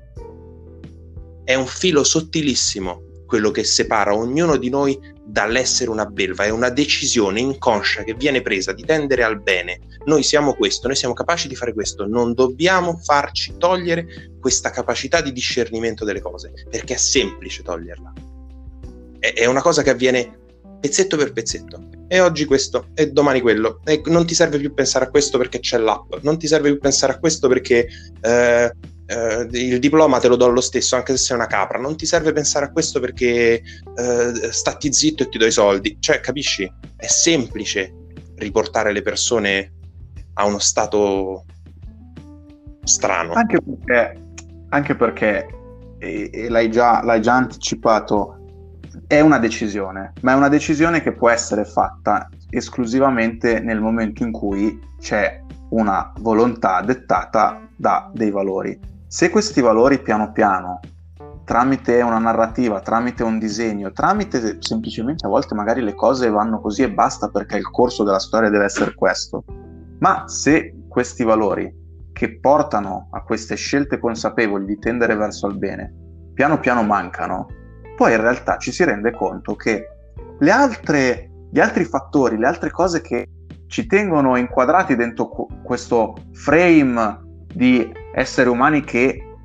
È un filo sottilissimo quello che separa ognuno di noi dall'essere una belva, è una decisione inconscia che viene presa di tendere al bene. Noi siamo questo, noi siamo capaci di fare questo, non dobbiamo farci togliere questa capacità di discernimento delle cose, perché è semplice toglierla. È una cosa che avviene pezzetto per pezzetto, e oggi questo e domani quello, e non ti serve più pensare a questo perché c'è l'app, non ti serve più pensare a questo perché il diploma te lo do lo stesso anche se sei una capra, non ti serve pensare a questo perché statti zitto e ti do i soldi. Cioè, capisci? È semplice riportare le persone a uno stato strano, anche perché e l'hai già anticipato, è una decisione, ma è una decisione che può essere fatta esclusivamente nel momento in cui c'è una volontà dettata da dei valori. Se questi valori piano piano, tramite una narrativa, tramite un disegno, tramite semplicemente a volte magari le cose vanno così e basta perché il corso della storia deve essere questo, ma se questi valori che portano a queste scelte consapevoli di tendere verso il bene piano piano mancano, poi in realtà ci si rende conto che gli altri fattori, le altre cose che ci tengono inquadrati dentro questo frame di esseri umani che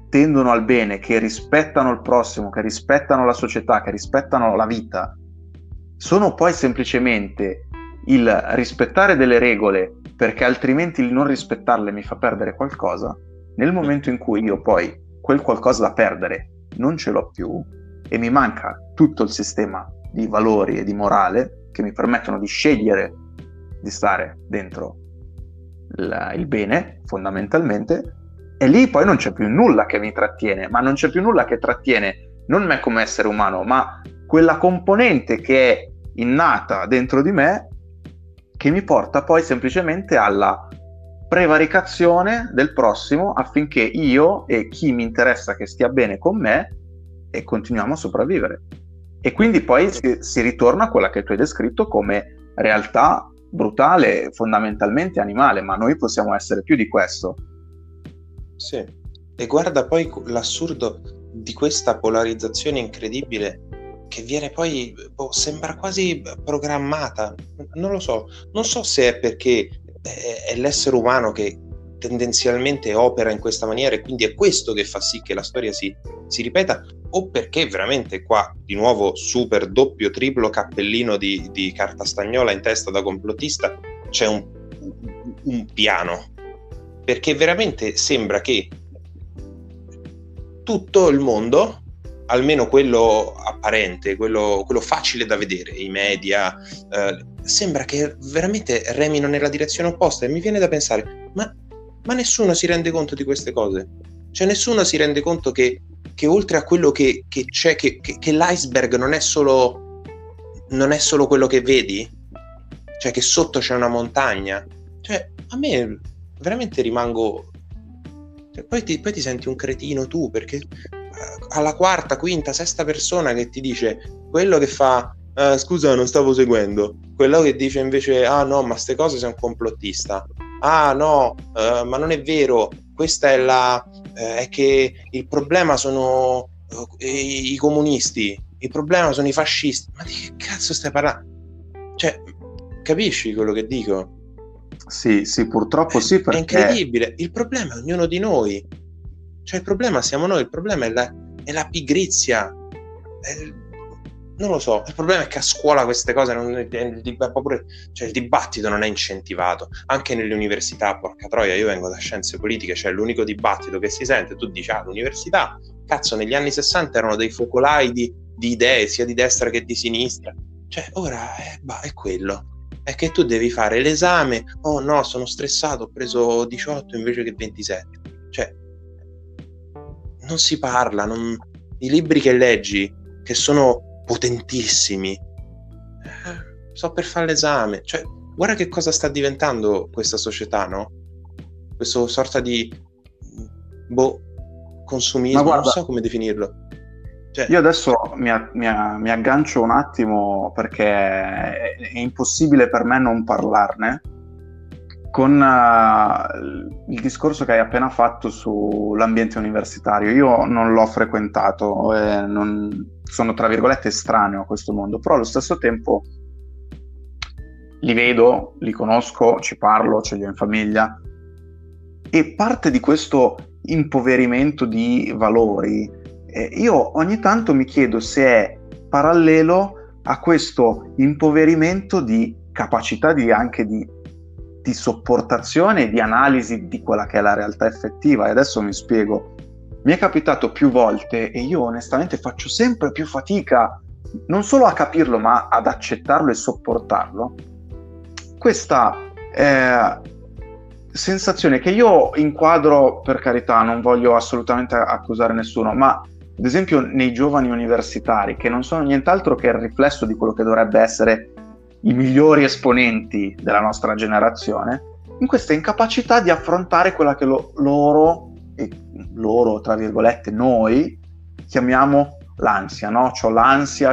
tendono al bene, che rispettano il prossimo, che rispettano la società, che rispettano la vita, sono poi semplicemente il rispettare delle regole perché altrimenti il non rispettarle mi fa perdere qualcosa, nel momento in cui io poi quel qualcosa da perdere non ce l'ho più e mi manca tutto il sistema di valori e di morale che mi permettono di scegliere di stare dentro il bene, fondamentalmente, e lì poi non c'è più nulla che mi trattiene, ma non c'è più nulla che trattiene non me come essere umano, ma quella componente che è innata dentro di me, che mi porta poi semplicemente alla prevaricazione del prossimo affinché io e chi mi interessa che stia bene con me e continuiamo a sopravvivere. E quindi poi si ritorna a quella che tu hai descritto come realtà brutale, fondamentalmente animale, ma noi possiamo essere più di questo. Sì, e guarda poi l'assurdo di questa polarizzazione incredibile che viene poi, sembra quasi programmata, non lo so, non so se è perché è l'essere umano che tendenzialmente opera in questa maniera e quindi è questo che fa sì che la storia si ripeta, o perché veramente qua di nuovo super doppio triplo cappellino di carta stagnola in testa da complottista, c'è un piano, perché veramente sembra che tutto il mondo, almeno quello apparente, quello facile da vedere, i media, sembra che veramente remino nella direzione opposta, e mi viene da pensare, ma nessuno si rende conto di queste cose? Cioè nessuno si rende conto che oltre a quello che c'è, che l'iceberg non è solo quello che vedi? Cioè che sotto c'è una montagna? Cioè a me veramente rimango... Poi ti senti un cretino tu, perché alla quarta, quinta, sesta persona che ti dice quello che fa scusa non stavo seguendo, quello che dice invece ah no ma ste cose sei un complottista, ah no ma non è vero, questa è che il problema sono i comunisti, il problema sono i fascisti. Ma di che cazzo stai parlando? Cioè capisci quello che dico? Sì, purtroppo sì, perché... È incredibile, il problema è ognuno di noi, cioè il problema siamo noi, il problema è la pigrizia, non lo so, il problema è che a scuola queste cose cioè il dibattito non è incentivato, anche nelle università, porca troia, io vengo da scienze politiche, cioè l'unico dibattito che si sente, tu dici l'università, cazzo, negli anni 60 erano dei focolai di idee, sia di destra che di sinistra, cioè ora è quello. È che tu devi fare l'esame, oh no, sono stressato, ho preso 18 invece che 27. Cioè, non si parla, i libri che leggi, che sono potentissimi, so per fare l'esame. Cioè, guarda che cosa sta diventando questa società, no? Questa sorta di consumismo, non so come definirlo. Cioè, io adesso mi aggancio un attimo perché è impossibile per me non parlarne con il discorso che hai appena fatto sull'ambiente universitario. Io non l'ho frequentato, sono tra virgolette estraneo a questo mondo, però allo stesso tempo li vedo, li conosco, ci parlo, ce li ho in famiglia, e parte di questo impoverimento di valori io ogni tanto mi chiedo se è parallelo a questo impoverimento di capacità anche di sopportazione e di analisi di quella che è la realtà effettiva. E adesso mi spiego. Mi è capitato più volte, e io onestamente faccio sempre più fatica non solo a capirlo ma ad accettarlo e sopportarlo, questa sensazione che io inquadro, per carità, non voglio assolutamente accusare nessuno, ma ad esempio nei giovani universitari, che non sono nient'altro che il riflesso di quello che dovrebbe essere i migliori esponenti della nostra generazione, in questa incapacità di affrontare quella che loro, tra virgolette, noi chiamiamo l'ansia, no? C'ho l'ansia,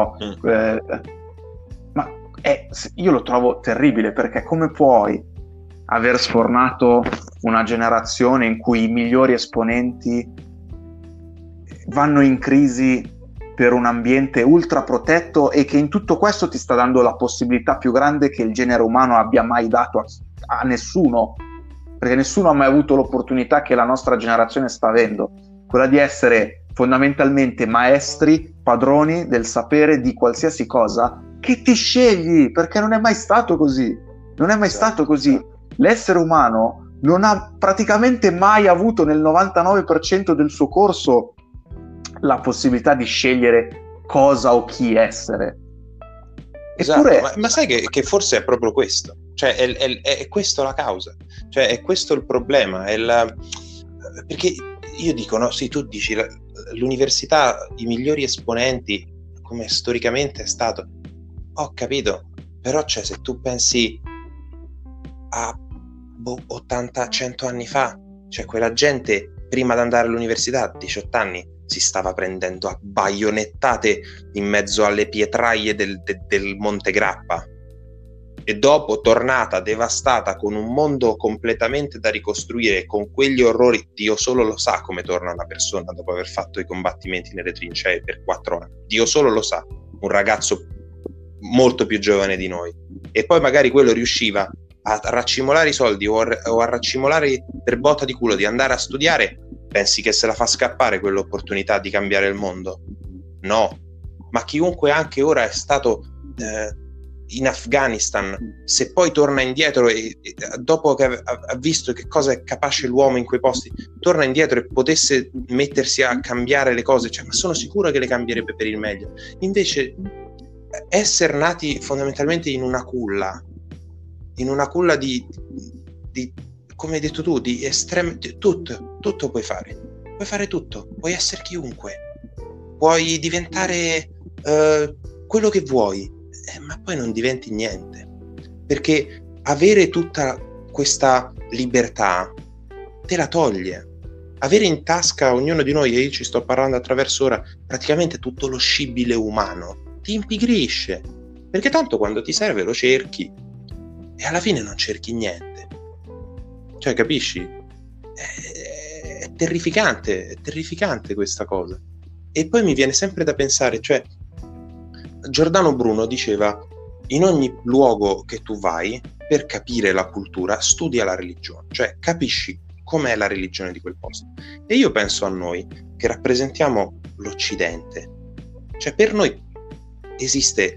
ma io lo trovo terribile, perché come puoi aver sfornato una generazione in cui i migliori esponenti vanno in crisi per un ambiente ultra protetto e che in tutto questo ti sta dando la possibilità più grande che il genere umano abbia mai dato a nessuno, perché nessuno ha mai avuto l'opportunità che la nostra generazione sta avendo, quella di essere fondamentalmente maestri, padroni del sapere di qualsiasi cosa, che ti scegli, perché non è mai stato così. Non è mai stato così. L'essere umano non ha praticamente mai avuto nel 99% del suo corso la possibilità di scegliere cosa o chi essere. Esatto, Eppure... ma sai che forse è proprio questo, cioè è questo la causa, cioè è questo il problema, perché io dico, no, sì, tu dici l'università, i migliori esponenti, come storicamente è stato, ho capito, però cioè, se tu pensi a 80-100 anni fa, cioè quella gente prima di andare all'università a 18 anni si stava prendendo a baionettate in mezzo alle pietraie del Monte Grappa, e dopo tornata devastata con un mondo completamente da ricostruire, con quegli orrori. Dio solo lo sa come torna una persona dopo aver fatto i combattimenti nelle trincee per 4 anni, Dio solo lo sa, un ragazzo molto più giovane di noi, e poi magari quello riusciva a raccimolare i soldi o a raccimolare per botta di culo di andare a studiare. Pensi che se la fa scappare quell'opportunità di cambiare il mondo? No, ma chiunque anche ora è stato in Afghanistan, se poi torna indietro e dopo che ha visto che cosa è capace l'uomo in quei posti, torna indietro e potesse mettersi a cambiare le cose, cioè, ma sono sicuro che le cambierebbe per il meglio. Invece essere nati fondamentalmente in una culla di come hai detto tu, di estreme, tutto puoi fare tutto, puoi essere chiunque, puoi diventare quello che vuoi, ma poi non diventi niente, perché avere tutta questa libertà te la toglie. Avere in tasca ognuno di noi, e io ci sto parlando attraverso ora, praticamente tutto lo scibile umano, ti impigrisce, perché tanto quando ti serve lo cerchi e alla fine non cerchi niente. Cioè, capisci? È terrificante questa cosa. E poi mi viene sempre da pensare, cioè, Giordano Bruno diceva: in ogni luogo che tu vai, per capire la cultura, studia la religione, cioè capisci com'è la religione di quel posto. E io penso a noi che rappresentiamo l'Occidente, cioè per noi esiste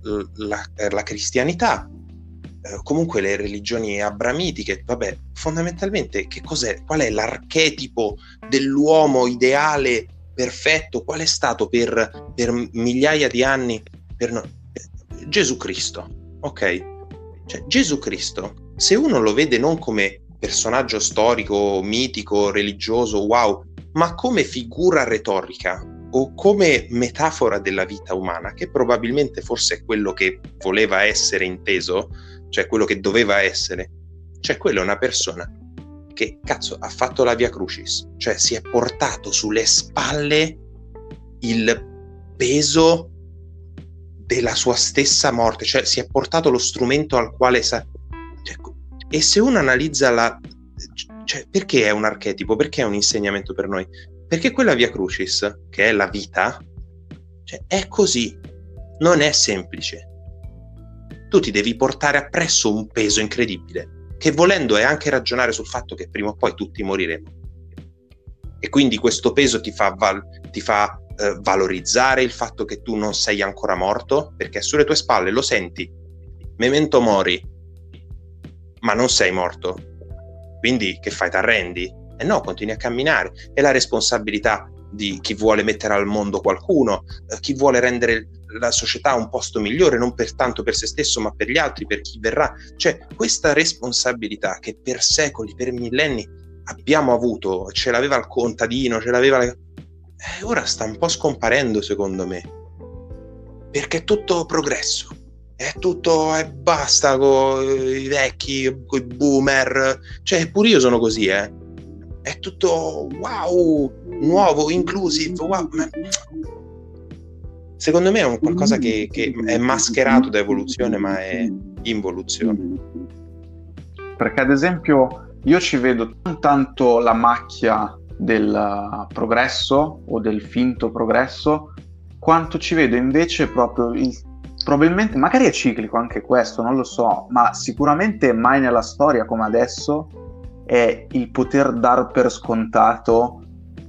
la cristianità, comunque le religioni abramitiche, vabbè, fondamentalmente che cos'è? Qual è l'archetipo dell'uomo ideale, perfetto? Qual è stato per migliaia di anni per noi? Gesù Cristo, ok? Cioè Gesù Cristo, se uno lo vede non come personaggio storico, mitico, religioso, wow, ma come figura retorica o come metafora della vita umana, che probabilmente forse è quello che voleva essere inteso, cioè quello che doveva essere, cioè quello è una persona che cazzo ha fatto la Via Crucis, cioè si è portato sulle spalle il peso della sua stessa morte, cioè si è portato lo strumento al quale e se uno analizza cioè perché è un archetipo, perché è un insegnamento per noi, perché quella Via Crucis, che è la vita, cioè è così, non è semplice. Tu ti devi portare appresso un peso incredibile, che volendo è anche ragionare sul fatto che prima o poi tutti moriremo, e quindi questo peso ti fa valorizzare il fatto che tu non sei ancora morto, perché sulle tue spalle lo senti, memento mori, ma non sei morto, quindi che fai, t'arrendi? E no, continui a camminare. È la responsabilità di chi vuole mettere al mondo qualcuno, chi vuole rendere la società un posto migliore, non per tanto per se stesso ma per gli altri, per chi verrà. Cioè questa responsabilità che per secoli, per millenni abbiamo avuto, ce l'aveva il contadino, ce l'aveva ora sta un po' scomparendo secondo me, perché è tutto progresso, è tutto basta con i vecchi, con i boomer, cioè pure io sono così, è tutto wow, nuovo, inclusive, wow. Secondo me è un qualcosa che è mascherato da evoluzione, ma è involuzione. Perché ad esempio io ci vedo non tanto la macchia del progresso o del finto progresso, quanto ci vedo invece proprio probabilmente, magari è ciclico anche questo, non lo so, ma sicuramente mai nella storia come adesso è il poter dar per scontato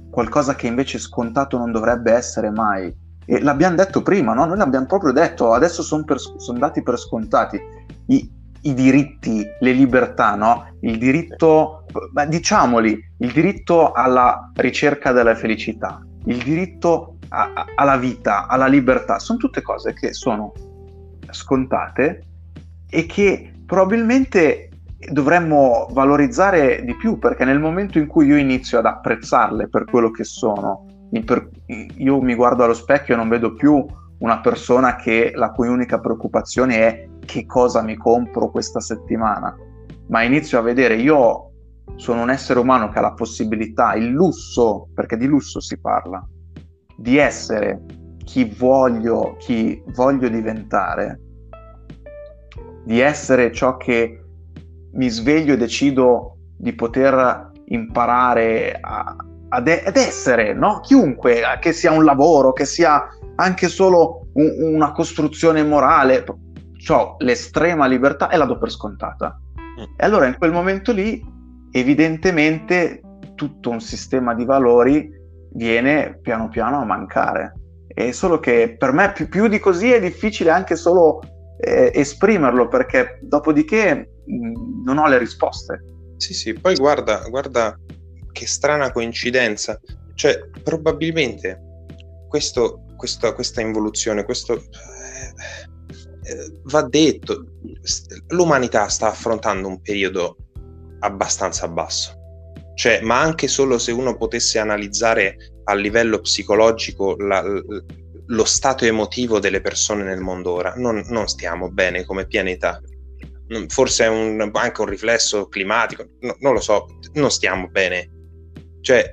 qualcosa che invece scontato non dovrebbe essere mai. E l'abbiamo detto prima, no? Noi l'abbiamo proprio detto, adesso sono dati per scontati i diritti, le libertà, no? Il diritto, diciamoli, il diritto alla ricerca della felicità, il diritto alla vita, alla libertà, sono tutte cose che sono scontate e che probabilmente dovremmo valorizzare di più, perché nel momento in cui io inizio ad apprezzarle per quello che sono, io mi guardo allo specchio e non vedo più una persona la cui unica preoccupazione è che cosa mi compro questa settimana, ma inizio a vedere, io sono un essere umano che ha la possibilità, il lusso, perché di lusso si parla, di essere chi voglio diventare, di essere ciò che mi sveglio e decido di poter imparare ad essere, no? Chiunque, che sia un lavoro, che sia anche solo una costruzione morale, cioè l'estrema libertà, e la do per scontata. E allora in quel momento lì, evidentemente, tutto un sistema di valori viene piano piano a mancare. È solo che per me più di così è difficile anche solo esprimerlo, perché dopodiché non ho le risposte. Sì, poi guarda che strana coincidenza, cioè probabilmente questa involuzione, va detto, l'umanità sta affrontando un periodo abbastanza basso, cioè, ma anche solo se uno potesse analizzare a livello psicologico lo stato emotivo delle persone nel mondo ora, non stiamo bene come pianeta. Forse è anche un riflesso climatico, non lo so, non stiamo bene, cioè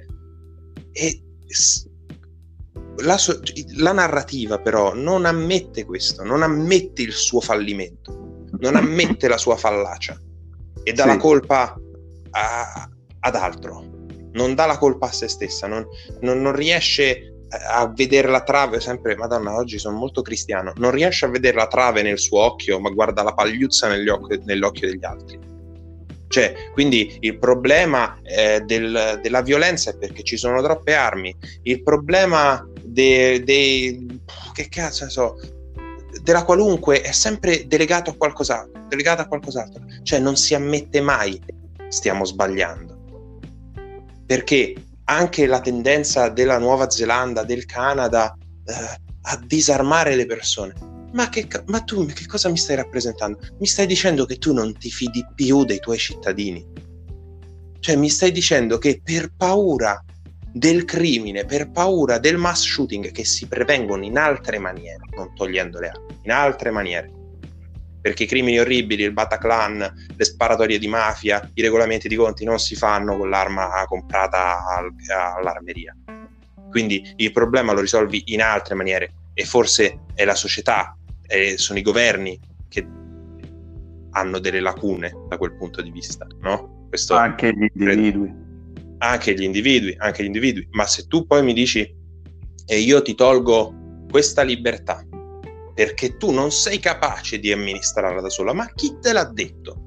la narrativa però non ammette questo, non ammette il suo fallimento, non ammette la sua fallacia e dà la colpa ad altro, non dà la colpa a se stessa, non riesce a vedere la trave, sempre, Madonna, oggi sono molto cristiano, non riesce a vedere la trave nel suo occhio, ma guarda la pagliuzza nell'occhio degli altri. Cioè, quindi il problema della violenza è perché ci sono troppe armi, il problema che cazzo ne so, della qualunque è sempre delegato a qualcos'altro, cioè non si ammette mai stiamo sbagliando, perché anche la tendenza della Nuova Zelanda, del Canada a disarmare le persone. Ma tu che cosa mi stai rappresentando? Mi stai dicendo che tu non ti fidi più dei tuoi cittadini? Cioè mi stai dicendo che per paura del crimine, per paura del mass shooting, che si prevengono in altre maniere, non togliendo le armi, in altre maniere, perché i crimini orribili, il Bataclan, le sparatorie di mafia, i regolamenti di conti non si fanno con l'arma comprata all'armeria. Quindi il problema lo risolvi in altre maniere, e forse è la società, sono i governi che hanno delle lacune da quel punto di vista, no? Questo anche gli individui. Anche gli individui, ma se tu poi mi dici e io ti tolgo questa libertà perché tu non sei capace di amministrarla da sola, ma chi te l'ha detto?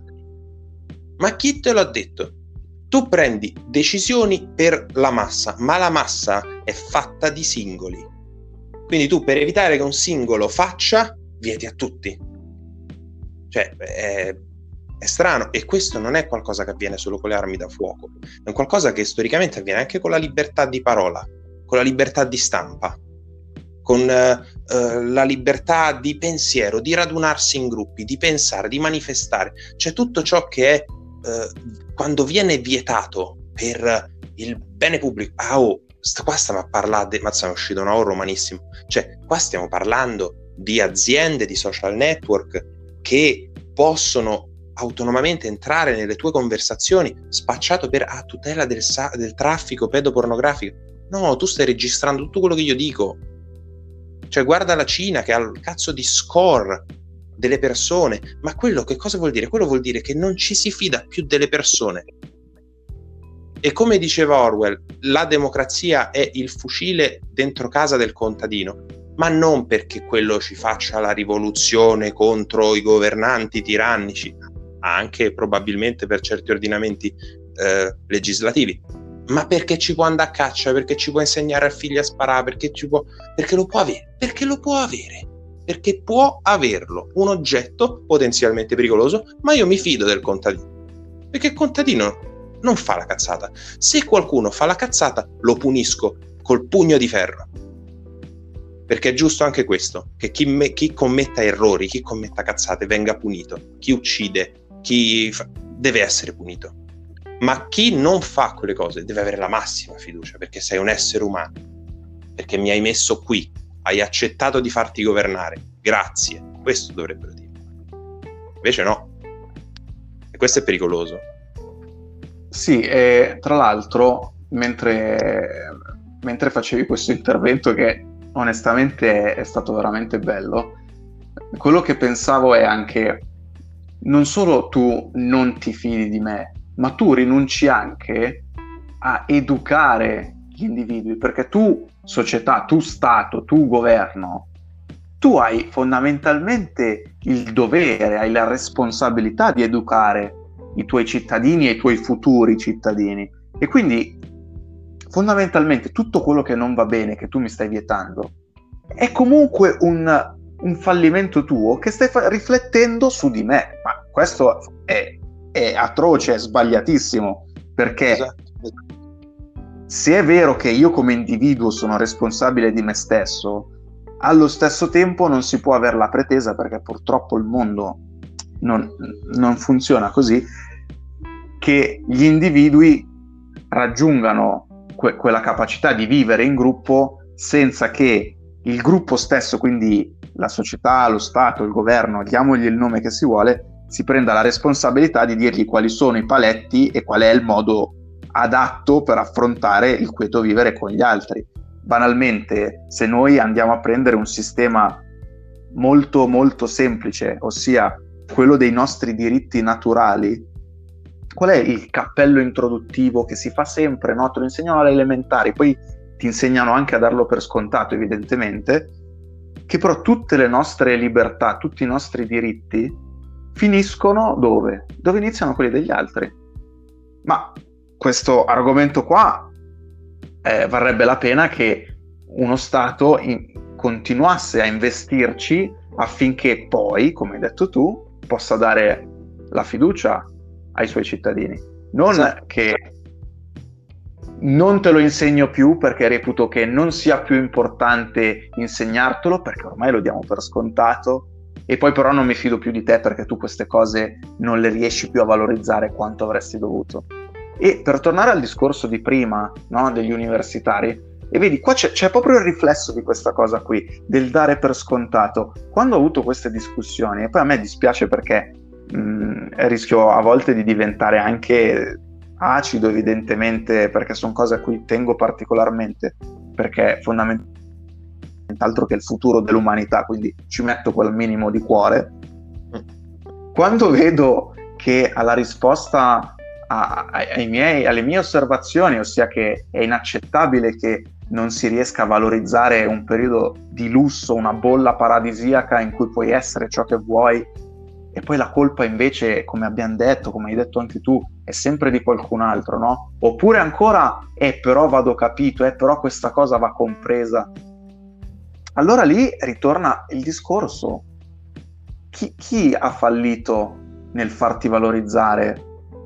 Tu prendi decisioni per la massa, ma la massa è fatta di singoli, quindi tu per evitare che un singolo faccia, vieti a tutti. Cioè è strano, e questo non è qualcosa che avviene solo con le armi da fuoco, è qualcosa che storicamente avviene anche con la libertà di parola, con la libertà di stampa, con la libertà di pensiero, di radunarsi in gruppi, di pensare, di manifestare. Cioè tutto ciò che è quando viene vietato per il bene pubblico. Qua stiamo a parlare ma è uscito un oro romanissimo, cioè qua stiamo parlando di aziende, di social network che possono autonomamente entrare nelle tue conversazioni spacciato a tutela del traffico pedopornografico. No, tu stai registrando tutto quello che io dico. Cioè guarda la Cina che ha il cazzo di score delle persone, ma quello che cosa vuol dire? Quello vuol dire che non ci si fida più delle persone. E come diceva Orwell, la democrazia è il fucile dentro casa del contadino, ma non perché quello ci faccia la rivoluzione contro i governanti tirannici, anche probabilmente per certi ordinamenti legislativi, Ma perché ci può andare a caccia, perché ci può insegnare al figlio a sparare, perché lo può avere, perché può averlo, un oggetto potenzialmente pericoloso, ma io mi fido del contadino, perché il contadino non fa la cazzata. Se qualcuno fa la cazzata, lo punisco col pugno di ferro, perché è giusto anche questo, che chi commetta errori, chi commetta cazzate venga punito, chi uccide, deve essere punito. Ma chi non fa quelle cose deve avere la massima fiducia, perché sei un essere umano, perché mi hai messo qui, hai accettato di farti governare, grazie, questo dovrebbero dire. Invece no, e questo è pericoloso. Sì, e tra l'altro, mentre facevi questo intervento, che onestamente è stato veramente bello, quello che pensavo è anche, non solo tu non ti fidi di me, ma tu rinunci anche a educare gli individui, perché tu, società, tu Stato, tu governo, tu hai fondamentalmente il dovere, hai la responsabilità di educare i tuoi cittadini e i tuoi futuri cittadini. E quindi fondamentalmente tutto quello che non va bene, che tu mi stai vietando, è comunque un fallimento tuo che stai riflettendo su di me. Ma questo è atroce, è sbagliatissimo, perché Esatto. se è vero che io come individuo sono responsabile di me stesso, allo stesso tempo non si può avere la pretesa, perché purtroppo il mondo non funziona così, che gli individui raggiungano quella capacità di vivere in gruppo senza che il gruppo stesso, quindi la società, lo Stato, il governo, diamogli il nome che si vuole, si prenda la responsabilità di dirgli quali sono i paletti e qual è il modo adatto per affrontare il quieto vivere con gli altri. Banalmente, se noi andiamo a prendere un sistema molto molto semplice, ossia quello dei nostri diritti naturali, qual è il cappello introduttivo che si fa sempre, no? Te lo insegnano alle elementari, poi ti insegnano anche a darlo per scontato, evidentemente, che però tutte le nostre libertà, tutti i nostri diritti finiscono dove? Dove iniziano quelli degli altri. Ma questo argomento qua varrebbe la pena che uno Stato continuasse a investirci affinché poi, come hai detto tu, possa dare la fiducia ai suoi cittadini. Non Esatto. che non te lo insegno più perché reputo che non sia più importante insegnartelo, perché ormai lo diamo per scontato, e poi però non mi fido più di te perché tu queste cose non le riesci più a valorizzare quanto avresti dovuto. E per tornare al discorso di prima, no, degli universitari, e vedi, qua c'è proprio il riflesso di questa cosa qui, del dare per scontato. Quando ho avuto queste discussioni, e poi a me dispiace perché rischio a volte di diventare anche acido, evidentemente, perché sono cose a cui tengo particolarmente, perché fondamentalmente altro che il futuro dell'umanità, quindi ci metto quel minimo di cuore. Quando vedo che alla risposta alle mie osservazioni, ossia che è inaccettabile che non si riesca a valorizzare un periodo di lusso, una bolla paradisiaca in cui puoi essere ciò che vuoi, e poi la colpa invece, come abbiamo detto, come hai detto anche tu, è sempre di qualcun altro, no? Oppure ancora, però vado capito, però questa cosa va compresa. Allora lì ritorna il discorso. Chi ha fallito nel farti valorizzare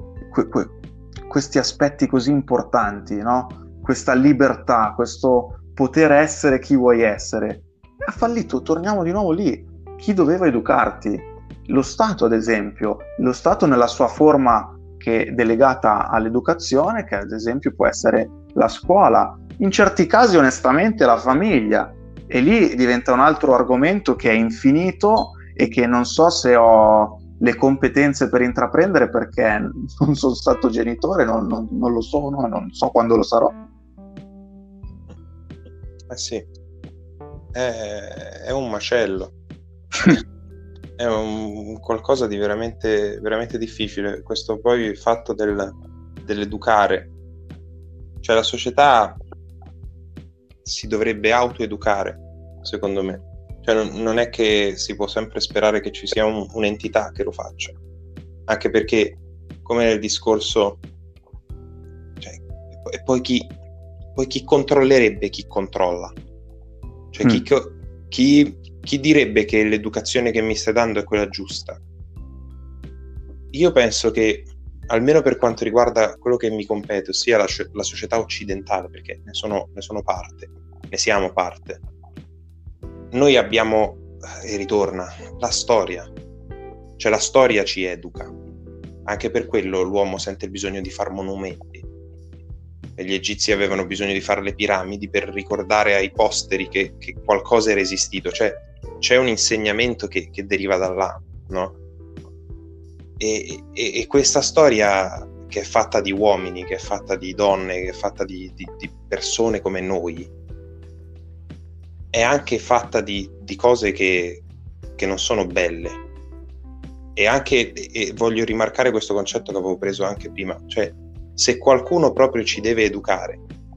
questi aspetti così importanti, no? Questa libertà, questo poter essere chi vuoi essere? Ha fallito, torniamo di nuovo lì. Chi doveva educarti? Lo Stato, ad esempio, lo Stato nella sua forma che è delegata all'educazione, che ad esempio può essere la scuola, in certi casi onestamente la famiglia, e lì diventa un altro argomento che è infinito e che non so se ho le competenze per intraprendere, perché non sono stato genitore, non lo sono, non so quando lo sarò. Sì, è un macello. È un qualcosa di veramente, veramente difficile, questo poi il fatto dell'educare. Cioè la società si dovrebbe autoeducare, secondo me. Cioè non è che si può sempre sperare che ci sia un'entità che lo faccia, anche perché, come nel discorso, cioè, e poi chi controllerebbe chi controlla? Cioè chi direbbe che l'educazione che mi stai dando è quella giusta? Io penso che, almeno per quanto riguarda quello che mi compete, ossia la società occidentale, perché ne sono parte, ne siamo parte, noi abbiamo, e ritorna, la storia. Cioè la storia ci educa. Anche per quello l'uomo sente il bisogno di far monumenti. E gli egizi avevano bisogno di fare le piramidi per ricordare ai posteri che qualcosa era esistito. Cioè c'è un insegnamento che deriva da là, no? E questa storia, che è fatta di uomini, che è fatta di donne, che è fatta di persone come noi, è anche fatta di cose che non sono belle. E voglio rimarcare questo concetto che avevo preso anche prima, cioè se qualcuno proprio ci deve educare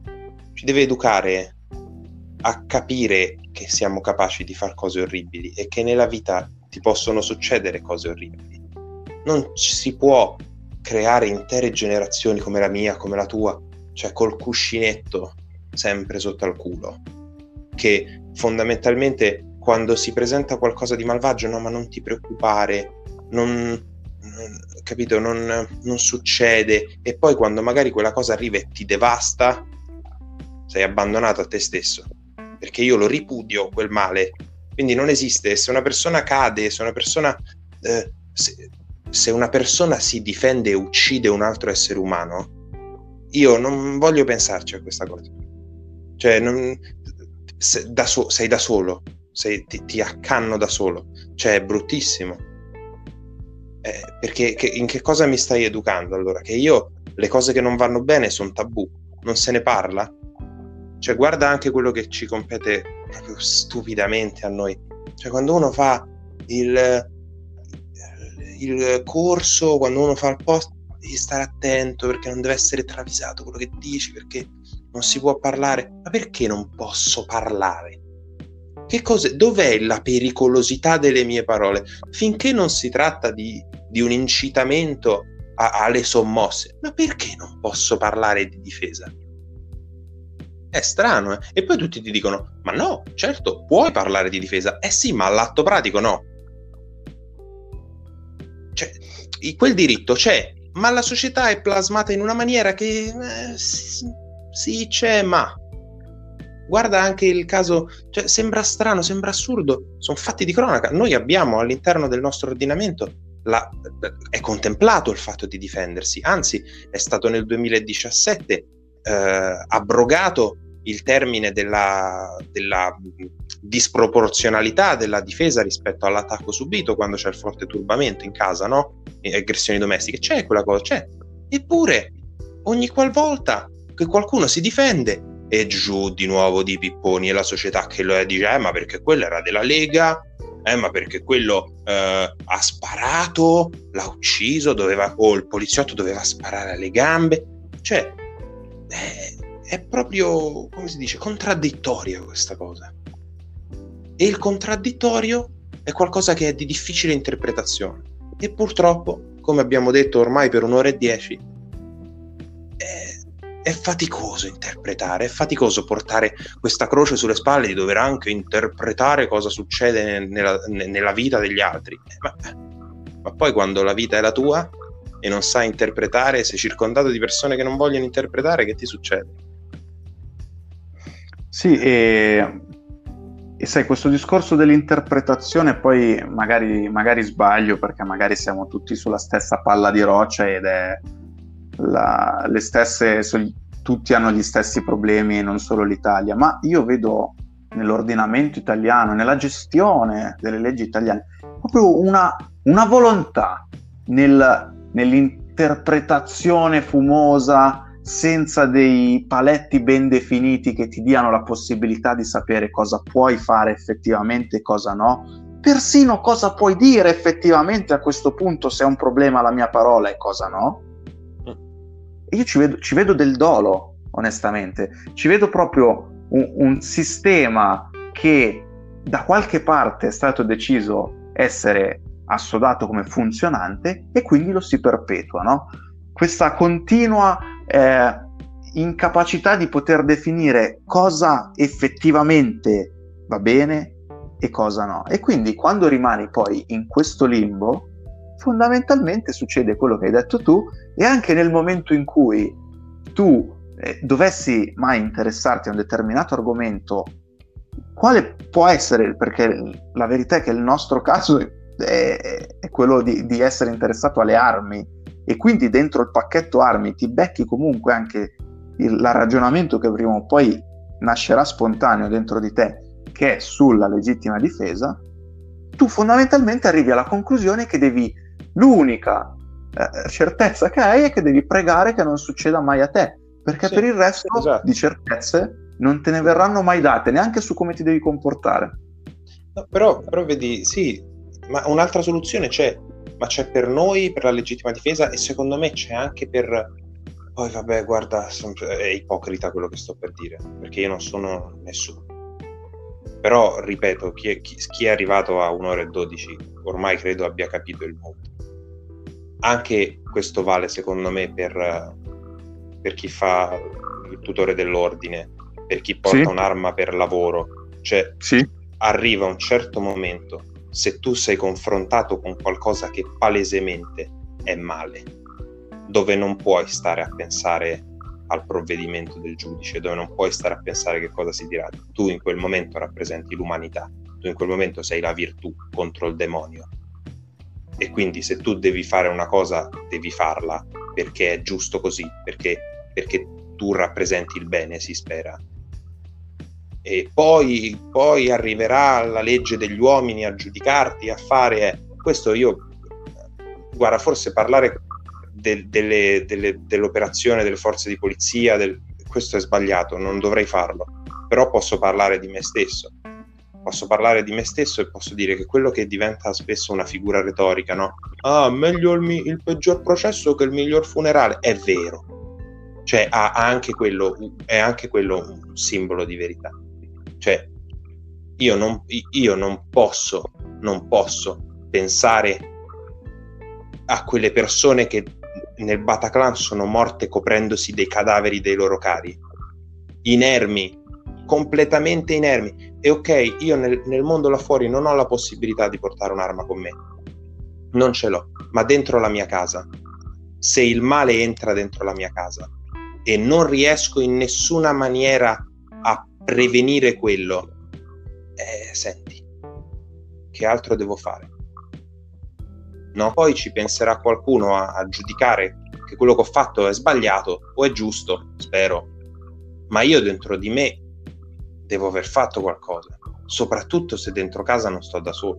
a capire che siamo capaci di fare cose orribili e che nella vita ti possono succedere cose orribili. Non si può creare intere generazioni come la mia, come la tua, cioè col cuscinetto sempre sotto al culo, che fondamentalmente quando si presenta qualcosa di malvagio, no, ma non ti preoccupare, capito, non succede, e poi quando magari quella cosa arriva e ti devasta, sei abbandonato a te stesso, perché io lo ripudio quel male. Quindi non esiste. Se una persona cade, se una persona se una persona si difende e uccide un altro essere umano, io non voglio pensarci a questa cosa. Cioè sei da solo, ti accanno da solo, cioè è bruttissimo. Perché in che cosa mi stai educando allora? Che io le cose che non vanno bene sono tabù, non se ne parla? Cioè guarda anche quello che ci compete proprio stupidamente a noi. Cioè quando uno fa il corso, quando uno fa il post, devi stare attento perché non deve essere travisato quello che dici, perché non si può parlare. Ma perché non posso parlare? Dov'è la pericolosità delle mie parole? Finché non si tratta di un incitamento alle sommosse, ma perché non posso parlare di difesa? È strano, eh? E poi tutti ti dicono, ma no, certo, puoi parlare di difesa. Sì, ma all'atto pratico no. Cioè, quel diritto c'è, ma la società è plasmata in una maniera che sì, c'è, ma guarda anche il caso, cioè sembra strano, sembra assurdo, sono fatti di cronaca. Noi abbiamo all'interno del nostro ordinamento è contemplato il fatto di difendersi, anzi è stato nel 2017 abrogato il termine della disproporzionalità della difesa rispetto all'attacco subito quando c'è il forte turbamento in casa, no? E aggressioni domestiche, c'è quella cosa, c'è. Eppure ogni qualvolta che qualcuno si difende e giù di nuovo di pipponi, e la società che lo dice, ma perché quello era della Lega, ma perché quello ha sparato, l'ha ucciso, o il poliziotto doveva sparare alle gambe. Cioè è proprio, come si dice, contraddittoria questa cosa, e il contraddittorio è qualcosa che è di difficile interpretazione, e purtroppo, come abbiamo detto ormai per 1 ora e 10, è faticoso interpretare, è faticoso portare questa croce sulle spalle di dover anche interpretare cosa succede nella vita degli altri. Ma poi quando la vita è la tua e non sai interpretare, sei circondato di persone che non vogliono interpretare, che ti succede? Sì, e sai, questo discorso dell'interpretazione, poi magari sbaglio, perché magari siamo tutti sulla stessa palla di roccia ed è le stesse, tutti hanno gli stessi problemi e non solo l'Italia, ma io vedo nell'ordinamento italiano, nella gestione delle leggi italiane, proprio una volontà nell'interpretazione fumosa, senza dei paletti ben definiti che ti diano la possibilità di sapere cosa puoi fare effettivamente e cosa no, persino cosa puoi dire effettivamente a questo punto, se è un problema la mia parola e cosa no. Io ci vedo del dolo, onestamente, ci vedo proprio un sistema che da qualche parte è stato deciso essere assodato come funzionante e quindi lo si perpetua, no? Questa continua incapacità di poter definire cosa effettivamente va bene e cosa no. E quindi quando rimani poi in questo limbo, fondamentalmente succede quello che hai detto tu, e anche nel momento in cui tu dovessi mai interessarti a un determinato argomento, quale può essere, perché la verità è che il nostro caso è quello di essere interessato alle armi, e quindi dentro il pacchetto armi ti becchi comunque anche il ragionamento che prima o poi nascerà spontaneo dentro di te, che è sulla legittima difesa. Tu fondamentalmente arrivi alla conclusione che l'unica certezza che hai è che devi pregare che non succeda mai a te, perché per il resto di certezze non te ne verranno mai date, neanche su come ti devi comportare. No, però vedi, sì, ma un'altra soluzione c'è, ma c'è per noi, per la legittima difesa, e secondo me c'è anche per... Poi vabbè, guarda, è ipocrita quello che sto per dire, perché io non sono nessuno. Però, ripeto, chi è arrivato a 1 ora e 12 ormai credo abbia capito il mondo. Anche questo vale, secondo me, per chi fa il tutore dell'ordine, per chi porta un'arma per lavoro. Cioè, arriva un certo momento, se tu sei confrontato con qualcosa che palesemente è male, dove non puoi stare a pensare al provvedimento del giudice, dove non puoi stare a pensare che cosa si dirà. Tu in quel momento rappresenti l'umanità, tu in quel momento sei la virtù contro il demonio, e quindi se tu devi fare una cosa devi farla perché è giusto così, perché tu rappresenti il bene, si spera. E poi arriverà la legge degli uomini a giudicarti, a fare questo. Io, guarda, forse parlare dell'operazione delle forze di polizia, questo è sbagliato, non dovrei farlo, però posso parlare di me stesso e posso dire che quello che diventa spesso una figura retorica, no? Meglio il peggior processo che il miglior funerale, è vero, cioè è anche quello un simbolo di verità. Cioè io non posso pensare a quelle persone che nel Bataclan sono morte coprendosi dei cadaveri dei loro cari, inermi, completamente inermi. E ok, io nel mondo là fuori non ho la possibilità di portare un'arma con me, non ce l'ho, ma dentro la mia casa, se il male entra dentro la mia casa e non riesco in nessuna maniera a prevenire quello, senti, che altro devo fare? No? Poi ci penserà qualcuno a giudicare che quello che ho fatto è sbagliato o è giusto, spero, ma io dentro di me devo aver fatto qualcosa, soprattutto se dentro casa non sto da solo.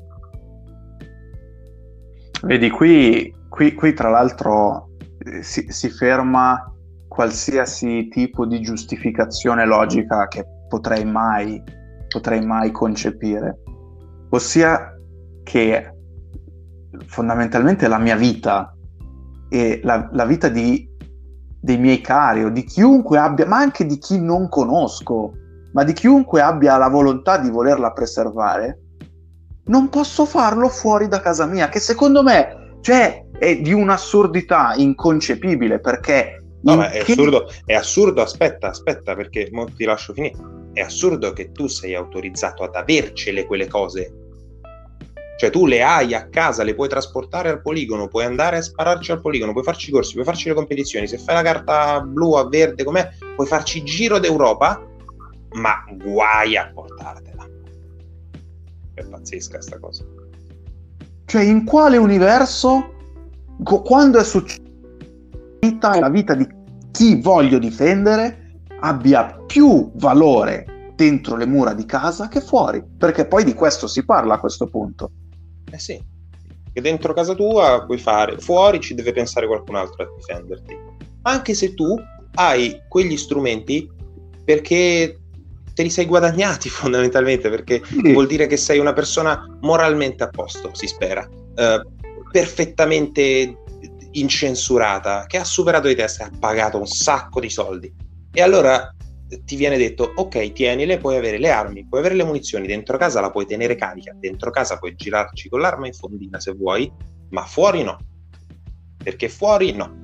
Vedi, qui tra l'altro si ferma qualsiasi tipo di giustificazione logica che potrei mai concepire, ossia che fondamentalmente la mia vita e la vita dei miei cari o di chiunque abbia, ma anche di chi non conosco, ma di chiunque abbia la volontà di volerla preservare, non posso farlo fuori da casa mia, che secondo me, cioè, è di un'assurdità inconcepibile, perché no, ma è assurdo, aspetta, perché mo ti lascio finire. È assurdo che tu sei autorizzato ad avercele quelle cose. Cioè tu le hai a casa, le puoi trasportare al poligono, puoi andare a spararci al poligono, puoi farci i corsi, puoi farci le competizioni, se fai la carta blu a verde com'è, puoi farci giro d'Europa, ma guai a portartela. È pazzesca sta cosa. Cioè, in quale universo, quando è successo la vita di chi voglio difendere abbia più valore dentro le mura di casa che fuori? Perché poi di questo si parla a questo punto. Sì, che dentro casa tua puoi fare, fuori ci deve pensare qualcun altro a difenderti, anche se tu hai quegli strumenti perché te li sei guadagnati fondamentalmente, perché vuol dire che sei una persona moralmente a posto, si spera, perfettamente incensurata, che ha superato i test e ha pagato un sacco di soldi, e allora ti viene detto: ok, tienile, puoi avere le armi, puoi avere le munizioni, dentro casa la puoi tenere carica, dentro casa puoi girarci con l'arma in fondina se vuoi, ma fuori no, perché fuori no.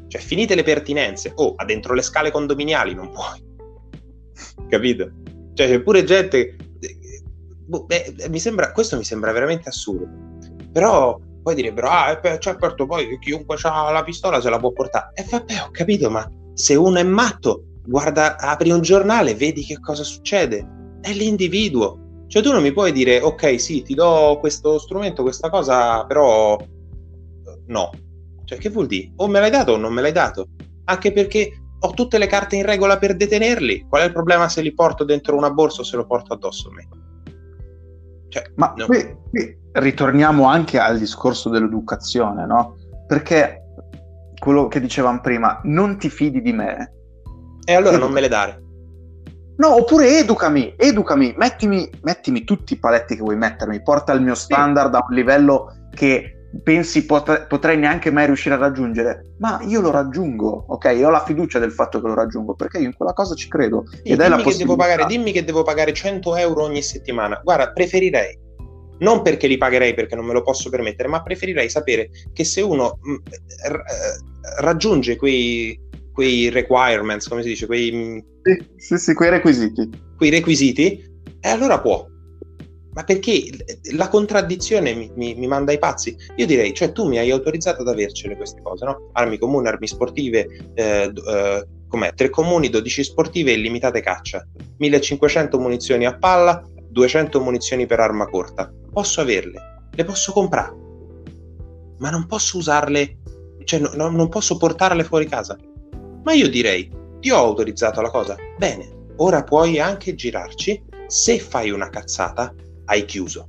Cioè, finite le pertinenze, dentro le scale condominiali non puoi, capito? Cioè, c'è pure gente, questo mi sembra veramente assurdo, però poi direbbero, certo, poi chiunque ha la pistola se la può portare, e vabbè, ho capito, ma se uno è matto, guarda, apri un giornale, vedi che cosa succede, è l'individuo. Cioè, tu non mi puoi dire, ok, sì, ti do questo strumento, questa cosa, però no. Cioè, che vuol dire? O me l'hai dato o non me l'hai dato. Anche perché ho tutte le carte in regola per detenerli. Qual è il problema se li porto dentro una borsa o se lo porto addosso a me? Cioè, ma no. qui ritorniamo anche al discorso dell'educazione, no? Perché quello che dicevamo prima, non ti fidi di me. E allora non me le dare. No, oppure educami, mettimi tutti i paletti che vuoi mettermi, porta il mio standard a un livello che pensi potrei neanche mai riuscire a raggiungere, ma io lo raggiungo, ok? Ho la fiducia del fatto che lo raggiungo, perché io in quella cosa ci credo. Sì, ed è la possibilità. Dimmi che devo pagare 100 euro ogni settimana. Guarda, preferirei, non perché li pagherei perché non me lo posso permettere, ma preferirei sapere che se uno raggiunge quei requirements, come si dice, quei requisiti. Quei requisiti, e allora può. Ma perché la contraddizione mi manda ai pazzi? Io direi, cioè tu mi hai autorizzato ad avercele queste cose, no? Armi comuni, armi sportive, 3 comuni, 12 sportive e illimitate caccia, 1500 munizioni a palla, 200 munizioni per arma corta. Posso averle, le posso comprare, ma non posso usarle, cioè non posso portarle fuori casa. Ma io direi, ti ho autorizzato la cosa, bene, ora puoi anche girarci. Se fai una cazzata, hai chiuso.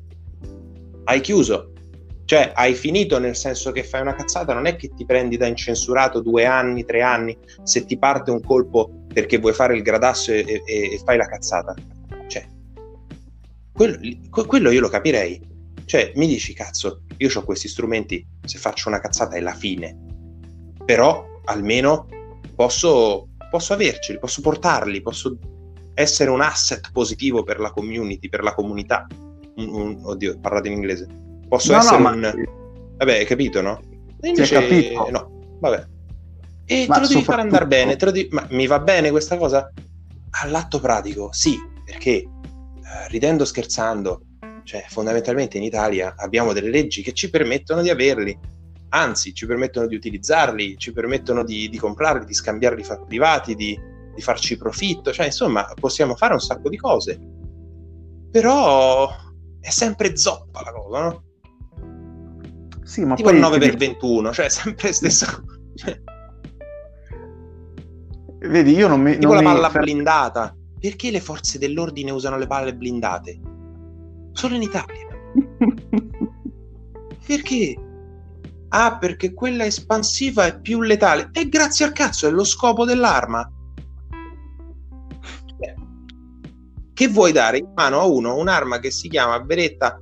Cioè, hai finito, nel senso che fai una cazzata, non è che ti prendi da incensurato 2 anni, 3 anni, se ti parte un colpo perché vuoi fare il gradasso e fai la cazzata. Cioè, quello io lo capirei. Cioè, mi dici, cazzo, io ho questi strumenti, se faccio una cazzata è la fine. Però, almeno, posso averceli, posso portarli, posso essere un asset positivo per la community, per la comunità. Oddio, parlate in inglese. Posso essere vabbè, hai capito, no? E invece capito. No, vabbè. E te lo devi fare andare bene, ma mi va bene questa cosa? All'atto pratico, sì, perché ridendo, scherzando, cioè fondamentalmente in Italia abbiamo delle leggi che ci permettono di averli, anzi ci permettono di utilizzarli, ci permettono di comprarli, di scambiarli fra privati, di farci profitto, cioè insomma possiamo fare un sacco di cose, però è sempre zoppa la cosa, no? Sì, ma tipo poi il 9x21, cioè sempre stessa cioè, vedi, io non mi tipo la palla blindata. Perché le forze dell'ordine usano le palle blindate? Solo in Italia. Perché? Perché quella espansiva è più letale. E grazie al cazzo, è lo scopo dell'arma. Che vuoi dare in mano a uno un'arma che si chiama Beretta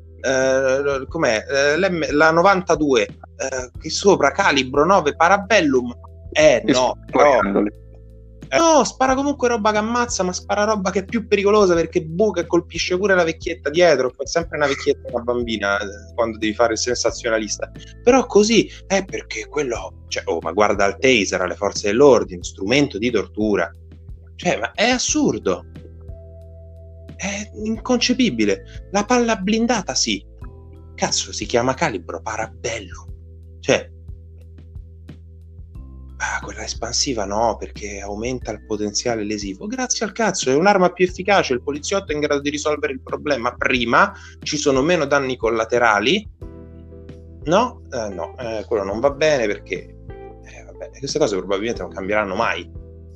la 92 che sopra calibro 9 Parabellum? No, però no, spara comunque roba che ammazza, ma spara roba che è più pericolosa perché buca e colpisce pure la vecchietta dietro. Poi sempre una vecchietta, una bambina, quando devi fare il sensazionalista. Però così è perché quello, cioè, ma guarda il taser alle forze dell'ordine, strumento di tortura. Cioè, ma è assurdo. È inconcepibile. La palla blindata, sì. Cazzo, si chiama calibro Parabellum. Cioè, quella espansiva no, perché aumenta il potenziale lesivo. Grazie al cazzo, è un'arma più efficace, il poliziotto è in grado di risolvere il problema prima, ci sono meno danni collaterali. No? No, quello non va bene perché vabbè, queste cose probabilmente non cambieranno mai.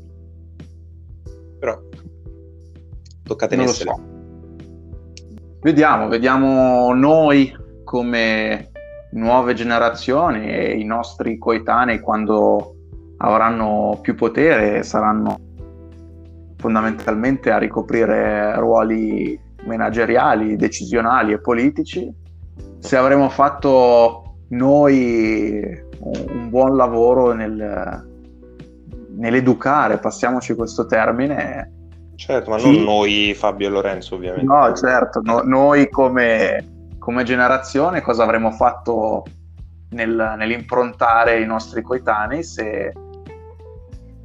Però tocca tenersela. Non lo so. Vediamo noi come nuove generazioni e i nostri coetanei, quando avranno più potere, saranno fondamentalmente a ricoprire ruoli manageriali, decisionali e politici. Se avremo fatto noi un buon lavoro nell'educare, passiamoci questo termine. Certo, ma non noi, Fabio e Lorenzo, ovviamente. No, certo, noi come generazione cosa avremmo fatto nell'improntare i nostri coetanei, se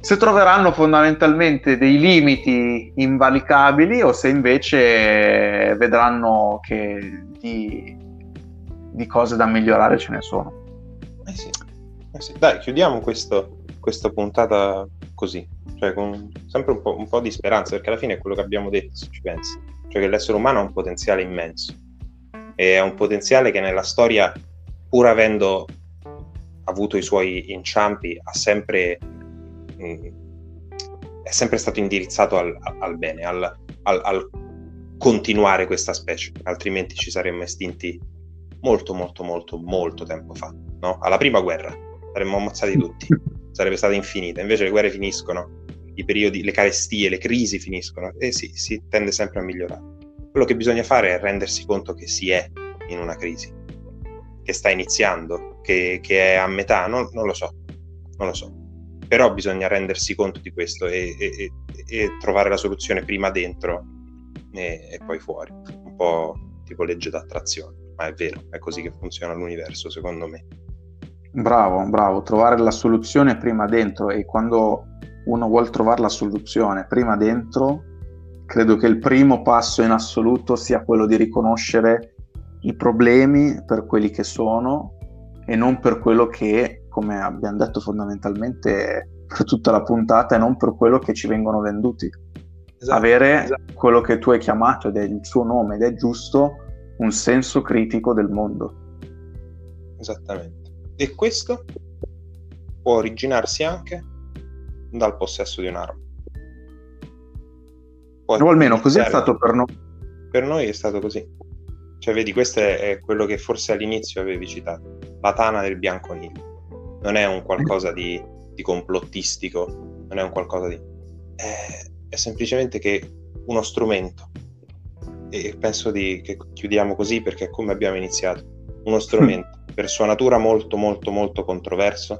se troveranno fondamentalmente dei limiti invalicabili o se invece vedranno che di cose da migliorare ce ne sono. Sì. Dai, chiudiamo questa puntata così, cioè con sempre un po' di speranza, perché alla fine è quello che abbiamo detto, se ci pensi, cioè che l'essere umano ha un potenziale immenso, e è un potenziale che nella storia, pur avendo avuto i suoi inciampi, è sempre stato indirizzato al bene, al continuare questa specie, altrimenti ci saremmo estinti molto molto molto molto tempo fa, no? Alla prima guerra saremmo ammazzati tutti, sarebbe stata infinita. Invece le guerre finiscono, i periodi, le carestie, le crisi finiscono e si tende sempre a migliorare. Quello che bisogna fare è rendersi conto che si è in una crisi, che sta iniziando, che è a metà, non lo so, però bisogna rendersi conto di questo e trovare la soluzione prima dentro e poi fuori, un po' tipo legge d'attrazione, ma è vero, è così che funziona l'universo, secondo me. Bravo, trovare la soluzione prima dentro, e quando uno vuole trovare la soluzione prima dentro, credo che il primo passo in assoluto sia quello di riconoscere i problemi per quelli che sono e non per quello che, come abbiamo detto fondamentalmente per tutta la puntata, e non per quello che ci vengono venduti. Avere quello che tu hai chiamato, ed è il suo nome ed è giusto, un senso critico del mondo. Esattamente. E questo può originarsi anche dal possesso di un'arma. O almeno così è stato per noi. Per noi è stato così. Cioè, vedi, questo è quello che forse all'inizio avevi citato, la tana del bianconiglio. Non è un qualcosa di complottistico, non è un qualcosa di... È semplicemente che uno strumento. E penso che chiudiamo così, perché è come abbiamo iniziato. Uno strumento, per sua natura molto molto molto controverso,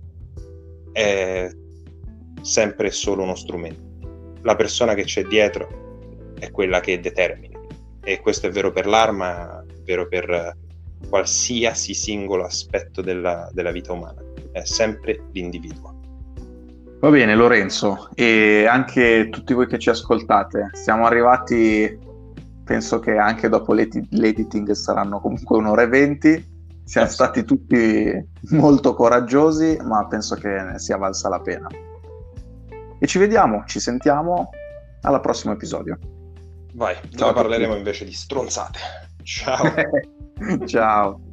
è sempre e solo uno strumento. La persona che c'è dietro è quella che determina, e questo è vero per l'arma, è vero per qualsiasi singolo aspetto della vita umana, è sempre l'individuo. Va bene Lorenzo, e anche tutti voi che ci ascoltate, siamo arrivati, penso che anche dopo l'editing saranno comunque 1 ora e 20, siamo stati tutti molto coraggiosi, ma penso che ne sia valsa la pena. E ci sentiamo al prossimo episodio. Vai, dove parleremo invece di stronzate. Ciao. Ciao.